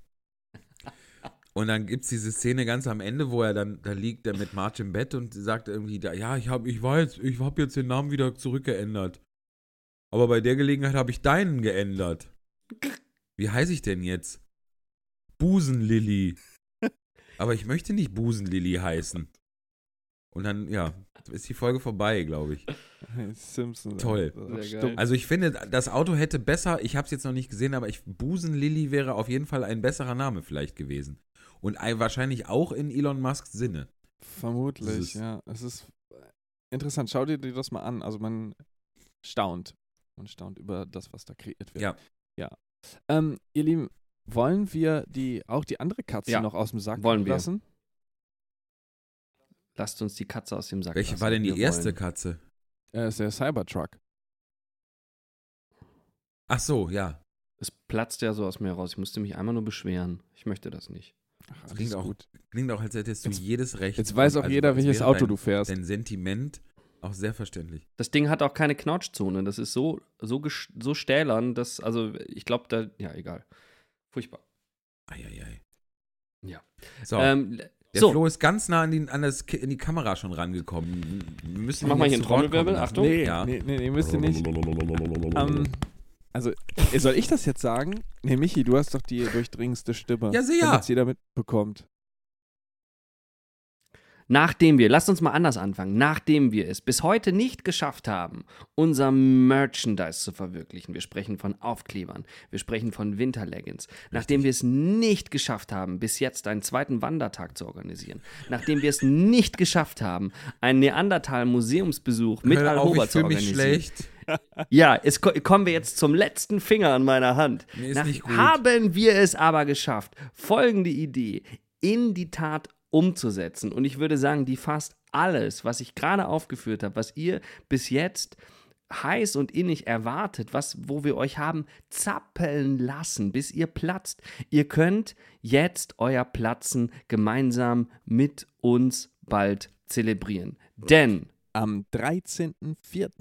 B: Und dann gibt es diese Szene ganz am Ende, wo er dann, da liegt er mit Marge im Bett und sagt irgendwie, da, ja, ich habe ich weiß, ich hab jetzt den Namen wieder zurückgeändert. Aber bei der Gelegenheit habe ich deinen geändert. Wie heiße ich denn jetzt? Busenlilly. Aber ich möchte nicht Busenlilly heißen. Und dann, ja, ist die Folge vorbei, glaube ich.
C: Simpson.
B: Toll.
C: Sehr
A: Sehr
C: geil.
A: geil.
B: Also ich finde, das Auto hätte besser, ich habe es jetzt noch nicht gesehen, aber ich, Busenlilly wäre auf jeden Fall ein besserer Name vielleicht gewesen. Und ein, wahrscheinlich auch in Elon Musks Sinne.
C: Vermutlich,
B: Das ist-
C: ja. Es ist interessant. Schau dir dir das mal an. Also man staunt. Man staunt über das, was da kreiert wird.
B: Ja.
C: Ja. Ähm, ihr Lieben, wollen wir die auch die andere Katze
A: Ja,
C: noch aus dem Sack
A: wollen wir.
C: lassen?
A: Lasst uns die Katze aus dem Sack
B: Welche
A: lassen.
B: war denn die
A: Wir
B: erste
A: wollen.
B: Katze?
C: Äh, ist der Cybertruck.
B: Ach so, ja.
A: Es platzt ja so aus mir raus. Ich musste mich einmal nur beschweren. Ich möchte das nicht.
C: Ach,
B: Das
C: alles
B: klingt auch,
C: gut.
B: klingt auch, als hättest du
C: Jetzt-
B: jedes Recht.
C: Jetzt weiß auch
B: Also,
C: jeder,
B: als
C: welches
B: wäre
C: Auto
B: dein,
C: du fährst.
B: Dein Sentiment auch sehr verständlich.
A: Das Ding hat auch keine Knautschzone. Das ist so, so, gesch- so stählern, dass, also ich glaube, da, ja, egal. Furchtbar.
B: Eieiei.
A: Ja.
B: So,
A: Ähm,
B: der
A: so,
B: Flo ist ganz nah an die, an, das, Ki- in die Kamera schon rangekommen. Wir müssen
A: Mach
B: ihn
A: mal
B: jetzt
A: hier einen
B: zu Wort kommen
A: Trommelwirbel.
B: lassen.
A: Achtung.
C: Nee,
B: Ja.
C: nee, nee, nee, müsst ihr nicht. Ähm, also, äh, soll ich das jetzt sagen? Nee, Michi, du hast doch die durchdringendste Stimme.
B: Ja, sehr.
C: Damit es jeder mitbekommt.
A: nachdem wir, lasst uns mal anders anfangen, nachdem wir es bis heute nicht geschafft haben, unser Merchandise zu verwirklichen, wir sprechen von Aufklebern, wir sprechen von Winterleggings, nachdem wir es nicht geschafft haben, bis jetzt einen zweiten Wandertag zu organisieren, nachdem wir es nicht geschafft haben, einen Neandertal-Museumsbesuch mit
B: Hör auf,
A: Alhoba
B: ich
A: zu
B: fühle mich
A: organisieren.
B: schlecht.
A: Ja, es ko kommen wir jetzt zum letzten Finger an meiner Hand.
B: Mir ist
A: Nach,
B: nicht gut.
A: Haben wir es aber geschafft, folgende Idee in die Tat umzusetzen. Und ich würde sagen, die fast alles, was ich gerade aufgeführt habe, was ihr bis jetzt heiß und innig erwartet, was, wo wir euch haben zappeln lassen, bis ihr platzt. Ihr könnt jetzt euer Platzen gemeinsam mit uns bald zelebrieren. Denn
C: Am dreizehnten vierten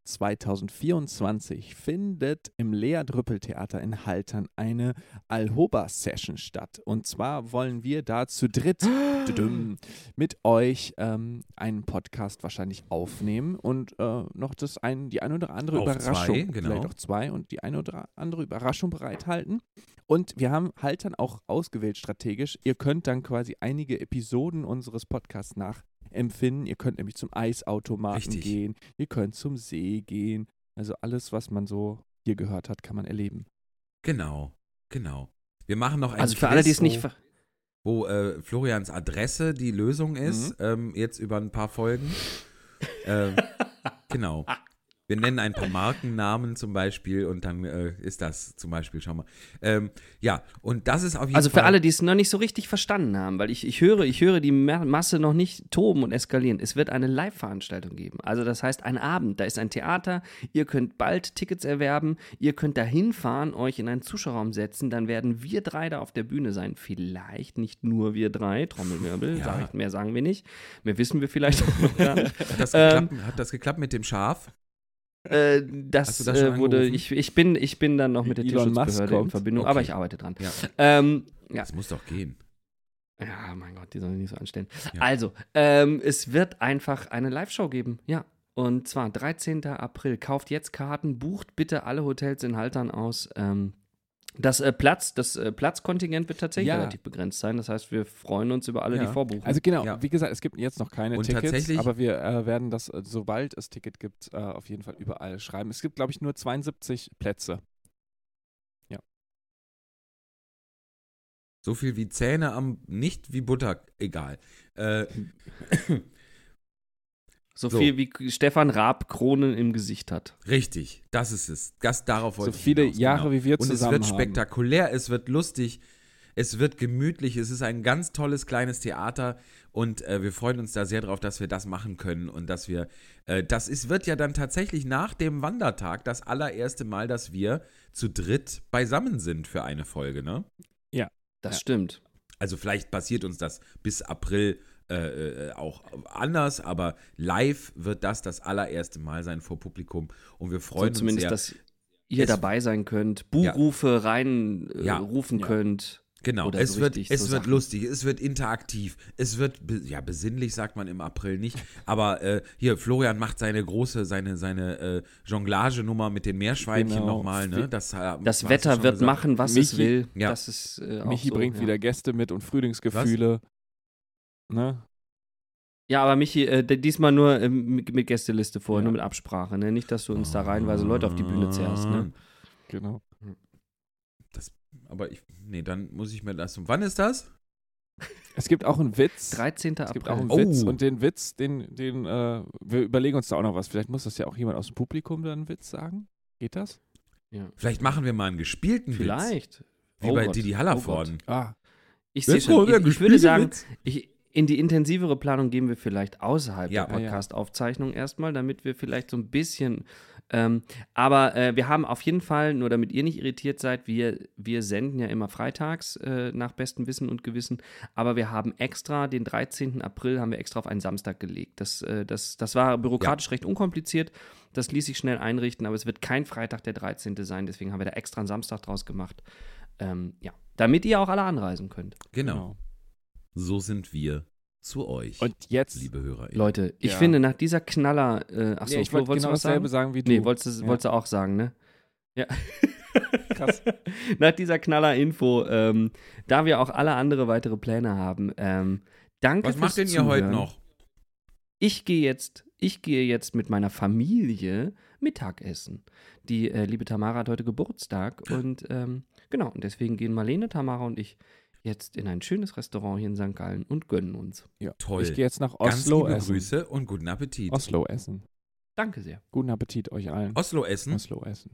C: zwanzig vierundzwanzig findet im Lea Drüppel Theater in Haltern eine Alhoba-Session statt. Und zwar wollen wir da zu dritt düdüm, mit euch ähm, einen Podcast wahrscheinlich aufnehmen und äh, noch das ein, die eine oder andere
B: Auf
C: Überraschung,
B: zwei, genau.
C: vielleicht auch zwei und die eine oder andere Überraschung bereithalten. Und wir haben Haltern auch ausgewählt strategisch. Ihr könnt dann quasi einige Episoden unseres Podcasts nachempfinden. Ihr könnt nämlich zum Eisautomaten
B: Richtig.
C: gehen, ihr könnt zum See gehen. Also alles, was man so hier gehört hat, kann man erleben.
B: Genau, genau. Wir machen noch einen
A: Also für alle, die es
B: Quiz,
A: nicht.
B: wo,
A: ver-
B: wo äh, Florians Adresse die Lösung ist, ähm, jetzt über ein paar Folgen. ähm, genau. Wir nennen ein paar Markennamen zum Beispiel und dann äh, ist das zum Beispiel, schau mal. Ähm, ja, und das ist auf jeden
A: Also
B: Fall.
A: für alle, die es noch nicht so richtig verstanden haben, weil ich, ich höre, ich höre die Ma- Masse noch nicht toben und eskalieren. Es wird eine Live-Veranstaltung geben. Also das heißt ein Abend, da ist ein Theater, ihr könnt bald Tickets erwerben, ihr könnt da hinfahren, euch in einen Zuschauerraum setzen, dann werden wir drei da auf der Bühne sein. Vielleicht nicht nur wir drei, Trommelwirbel,
B: Ja.
A: sag ich, mehr sagen wir nicht. Mehr wissen wir vielleicht auch noch gar nicht.
B: Hat das,
A: Ähm,
B: geklappt, hat das geklappt mit dem Schaf?
A: Äh,
B: Hast
A: das
B: du das schon
A: äh, wurde,
B: angerufen?
A: ich, ich, bin, ich bin dann noch mit der
C: Elon Musk
A: Tierschutzbehörde in
C: kommt.
A: Verbindung,
B: Okay.
A: aber ich arbeite dran.
B: Ja.
A: Ähm, ja.
B: Das muss doch gehen.
A: Ja, mein Gott, die sollen sich nicht so anstellen.
B: Ja.
A: Also, ähm, es wird einfach eine Live-Show geben, ja. Und zwar dreizehnten April. Kauft jetzt Karten, bucht bitte alle Hotels in Haltern aus. Ähm, das äh, Platz, das äh, Platzkontingent wird tatsächlich
C: Ja.
A: relativ begrenzt sein. Das heißt, wir freuen uns über alle,
B: Ja.
A: die vorbuchen.
C: Also genau,
B: Ja.
C: wie gesagt, es gibt jetzt noch keine
B: Und
C: Tickets,
B: tatsächlich-
C: aber wir äh, werden das, äh, sobald es Ticket gibt, äh, auf jeden Fall überall schreiben. Es gibt, glaube ich, nur zweiundsiebzig Plätze.
B: So viel wie Zähne am, nicht wie Butter, egal. Äh,
A: so,
B: so.
A: viel wie Stefan Raab Kronen im Gesicht hat.
B: richtig, das ist es. Das, darauf wollte
C: So
B: ich
C: viele
B: hinaus,
C: Jahre,
B: genau.
C: wie wir
B: Und es
C: zusammen
B: wird
C: haben.
B: spektakulär, es wird lustig, es wird gemütlich, es ist ein ganz tolles kleines Theater und äh, wir freuen uns da sehr drauf, dass wir das machen können und dass wir, äh, das ist, wird ja dann tatsächlich nach dem Wandertag das allererste Mal, dass wir zu dritt beisammen sind für eine Folge, ne?
A: Das
C: Ja.
A: stimmt.
B: Also vielleicht passiert uns das bis April äh, äh, auch anders, aber live wird das das allererste Mal sein vor Publikum und wir
A: So
B: freuen
A: zumindest,
B: uns sehr.
A: dass ihr
B: Es-
A: dabei sein könnt, Buchrufe rein äh,
B: Ja.
A: rufen
C: Ja.
A: könnt.
B: Genau,
A: Oder
B: es
A: so
B: wird,
A: richtig,
B: es
A: so
B: wird
A: Sachen.
B: lustig, es wird interaktiv, es wird, be ja, besinnlich sagt man im April nicht, aber äh, hier, Florian macht seine große, seine, seine äh, Jonglage-Nummer mit den Meerschweinchen
C: Genau.
B: nochmal, ne? Das, äh,
A: Das
B: hast du
A: Wetter
B: schon
A: wird
B: gesagt.
A: machen, was es
C: Michi-
A: will.
B: Ja.
A: Das ist äh, auch
C: Michi
A: so,
C: bringt
A: ja.
C: wieder Gäste mit und Frühlingsgefühle. Ne?
A: Ja, aber Michi, äh, d- diesmal nur ähm, mit, mit Gästeliste vorher,
C: Ja.
A: nur mit Absprache. Ne? Nicht, dass du uns da reihenweise Leute auf die Bühne zerrst. Ne?
C: Genau.
B: Das, aber ich, nee, dann muss ich mir das, und wann ist das?
C: Es gibt auch einen Witz.
A: dreizehnten
C: Es gibt
A: April.
C: auch einen Witz
B: Oh.
C: und den Witz, den, den, äh, wir überlegen uns da auch noch was. Vielleicht muss das ja auch jemand aus dem Publikum dann einen Witz sagen. Geht das?
A: Ja.
B: Vielleicht machen wir mal einen gespielten Witz.
A: Vielleicht.
B: Wie
A: Oh
B: bei
A: Gott.
B: Didi
A: Oh
B: Hallervorden.
C: Ah,
A: Ich sehe
B: Jetzt
A: schon.
B: kommt der
A: Ich, ich
B: gespielte
A: würde sagen,
B: Witz.
A: ich, in die intensivere Planung gehen wir vielleicht außerhalb
B: Ja.
A: der Podcast-Aufzeichnung erstmal, damit wir vielleicht so ein bisschen. Ähm, aber äh, wir haben auf jeden Fall, nur damit ihr nicht irritiert seid, wir, wir senden ja immer freitags äh, nach bestem Wissen und Gewissen, aber wir haben extra, den dreizehnten April haben wir extra auf einen Samstag gelegt. Das, äh, das, das war bürokratisch recht unkompliziert, das ließ sich schnell einrichten, aber es wird kein Freitag der dreizehnte sein, deswegen haben wir da extra einen Samstag draus gemacht. Ähm, ja, damit ihr auch alle anreisen könnt.
B: Genau.
C: genau.
B: So sind wir zu euch,
C: Und jetzt,
B: liebe HörerInnen.
A: Leute, ich
C: Ja.
A: finde nach dieser Knaller, äh, achso,
C: nee, ich
A: Flo,
C: wollte
A: wolltest
C: genau
A: du was
C: dasselbe
A: sagen?
C: sagen wie du.
A: Nee, wolltest du,
C: Ja.
A: wolltest du auch sagen, ne? Ja.
C: Krass.
A: Nach dieser Knaller-Info, ähm, da wir auch alle andere weitere Pläne haben, ähm, danke
B: Was
A: fürs
B: macht denn ihr
A: Zuhören.
B: heute noch?
A: Ich gehe jetzt, ich gehe jetzt mit meiner Familie Mittagessen. Die äh, liebe Tamara hat heute Geburtstag und ähm, genau, und deswegen gehen Marlene, Tamara und ich jetzt in ein schönes Restaurant hier in Sankt Gallen und gönnen uns.
C: Ja.
B: Toll.
C: Ich gehe jetzt nach
B: Ganz
C: Oslo
B: liebe
C: essen.
B: Grüße und guten Appetit.
C: Oslo essen.
A: Danke sehr.
C: Guten Appetit euch allen.
B: Oslo essen.
C: Oslo essen.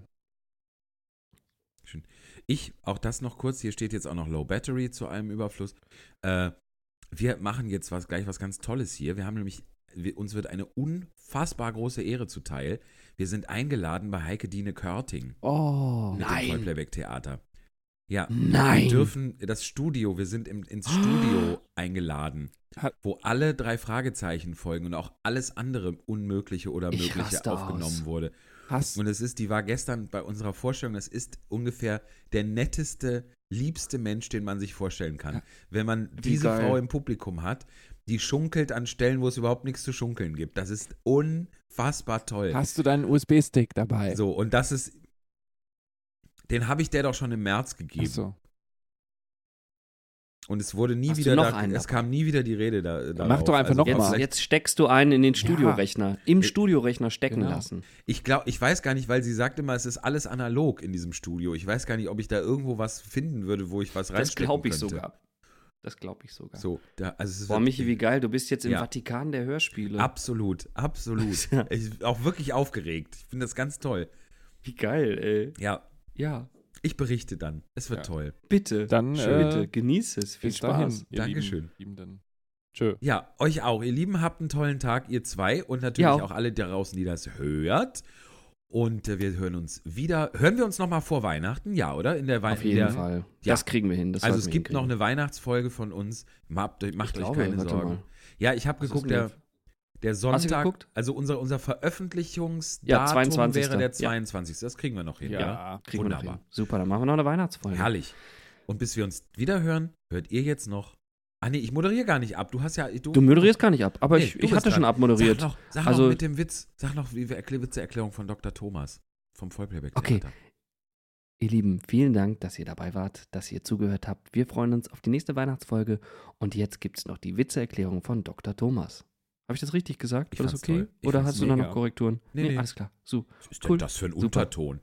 B: Schön. Ich, auch das noch kurz, hier steht jetzt auch noch Low Battery zu allem Überfluss. Äh, wir machen jetzt was, gleich was ganz Tolles hier. Wir haben nämlich, wir, uns wird eine unfassbar große Ehre zuteil. Wir sind eingeladen bei Heike Dine Körting
C: Oh.
B: mit
A: Nein.
B: dem Vollplayback-Theater. Ja,
A: Nein.
B: wir dürfen das Studio, wir sind im, ins Studio eingeladen,
C: Hat-
B: wo alle drei Fragezeichen folgen und auch alles andere Unmögliche oder
A: Ich
B: Mögliche
A: raste
B: aufgenommen
A: aus.
B: wurde.
C: Hast,
B: Und es ist, die war gestern bei unserer Vorstellung, das ist ungefähr der netteste, liebste Mensch, den man sich vorstellen kann. Wenn man diese
A: geil.
B: Frau im Publikum hat, die schunkelt an Stellen, wo es überhaupt nichts zu schunkeln gibt. Das ist unfassbar toll.
C: hast du deinen U S B-Stick dabei?
B: So, und das ist, den habe ich der doch schon im März gegeben.
C: Ach so.
B: Und es wurde nie
A: Hast du
B: wieder,
A: noch
B: da,
A: einen
B: es
A: dabei?
B: kam nie wieder die Rede da.
C: Mach
B: darauf.
C: doch einfach
B: Also
C: noch
A: Jetzt,
C: mal.
B: vielleicht-
A: jetzt steckst du einen in den Studiorechner. Im
B: Äh,
A: Studiorechner stecken
C: genau.
A: lassen.
B: Ich glaube, ich weiß gar nicht, weil sie sagt immer, es ist alles analog in diesem Studio. Ich weiß gar nicht, ob ich da irgendwo was finden würde, wo ich was
A: Das
B: reinstecken
A: glaube ich
B: könnte.
A: sogar. Das glaube ich sogar.
B: So, da, also es ist
A: Boah, Michi, wie geil. Du bist jetzt im
B: Ja.
A: Vatikan der Hörspiele.
B: Absolut, absolut.
A: Ja.
B: Ich bin auch wirklich aufgeregt. Ich finde das ganz toll.
A: Wie geil, ey.
B: Ja,
A: Ja,
B: ich berichte dann. Es wird
C: Ja.
B: toll.
A: bitte.
C: Dann,
A: Schön,
C: äh,
A: bitte. Genieß es. Viel
C: Bis
A: Spaß.
C: dahin, ihr
B: Dankeschön.
C: Lieben, Liebenden. Tschö.
B: Ja, euch auch. Ihr Lieben, habt einen tollen Tag, ihr zwei. Und natürlich
A: Ja,
B: auch.
A: auch.
B: alle da draußen, die das hört. Und äh, wir hören uns wieder. Hören wir uns nochmal vor Weihnachten? Ja, oder? In der Wei-
A: Auf
B: in
A: jeden
B: der,
A: Fall.
B: Ja.
A: Das kriegen wir hin. Das
B: Also
A: sollten
B: es
A: wir
B: gibt noch
A: hinkriegen.
B: eine Weihnachtsfolge von uns. Macht, macht
A: Ich
B: euch
A: glaube,
B: keine
A: warte
B: Sorgen.
A: mal.
B: Ja, ich habe
A: Was ist
B: geguckt,
A: denn
B: der,
A: der-
B: der
A: Hast du
B: Sonntag,
A: geguckt?
B: also unser, unser Veröffentlichungsdatum
A: Ja, zweiundzwanzigster
B: wäre der
A: Ja.
B: zweiundzwanzigste. Das kriegen wir noch hin, ja?
C: Ja,
A: Kriegen wir noch
B: Wunderbar.
A: hin. Super, dann machen wir noch eine Weihnachtsfolge.
B: Herrlich. Und bis wir uns wieder hören, hört ihr jetzt noch. Ah nee, ich moderiere gar nicht ab. Du hast ja. Du,
A: Du moderierst gar nicht ab, aber
B: Nee,
A: ich,
B: du
A: ich
B: bist
A: hatte schon
B: dran.
A: abmoderiert.
B: Sag noch, sag
A: Also-
B: noch mit dem Witz. Sag noch die Erkl- Witzeerklärung von Doktor Thomas vom Vollplayback-Theater.
A: Okay. Ihr Lieben, vielen Dank, dass ihr dabei wart, dass ihr zugehört habt. Wir freuen uns auf die nächste Weihnachtsfolge. Und jetzt gibt es noch die Witzeerklärung von Doktor Thomas. Habe ich das richtig gesagt?
B: Ich
A: War das
B: fand's
A: okay?
B: toll. Ich
A: Oder
B: fand's
A: hast du noch,
C: mega.
A: noch Korrekturen?
B: Nee, nee.
A: Alles klar. So.
B: Was ist denn
A: Cool.
B: das für ein
A: Super.
B: Unterton?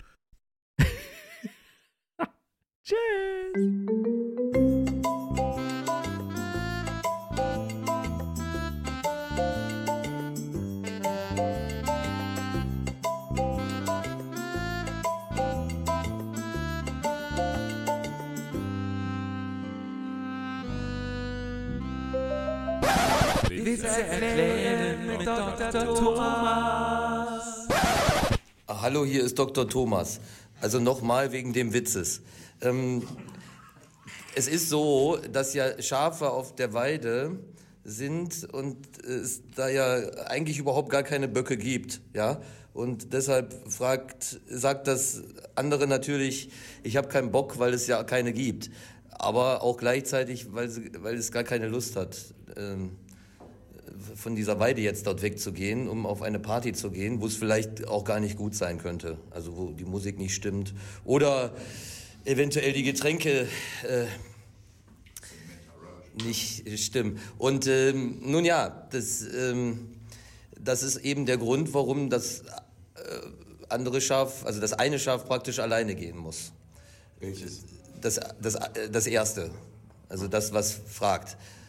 A: Tschüss.
D: Witze erklären mit Doktor Thomas.
E: Ah, hallo, hier ist Doktor Thomas. Also nochmal wegen dem Witzes. Ähm, es ist so, dass ja Schafe auf der Weide sind und es da ja eigentlich überhaupt gar keine Böcke gibt, ja. Und deshalb fragt, sagt das andere natürlich, ich habe keinen Bock, weil es ja keine gibt. Aber auch gleichzeitig, weil, sie, weil es gar keine Lust hat, ähm, von dieser Weide jetzt dort wegzugehen, um auf eine Party zu gehen, wo es vielleicht auch gar nicht gut sein könnte. Also wo die Musik nicht stimmt. Oder eventuell die Getränke äh, nicht stimmen. Und ähm, nun ja, das, ähm, das ist eben der Grund, warum das äh, andere Schaf, also das eine Schaf praktisch alleine gehen muss.
G: Welches?
E: Das, das, das erste, also das, was fragt.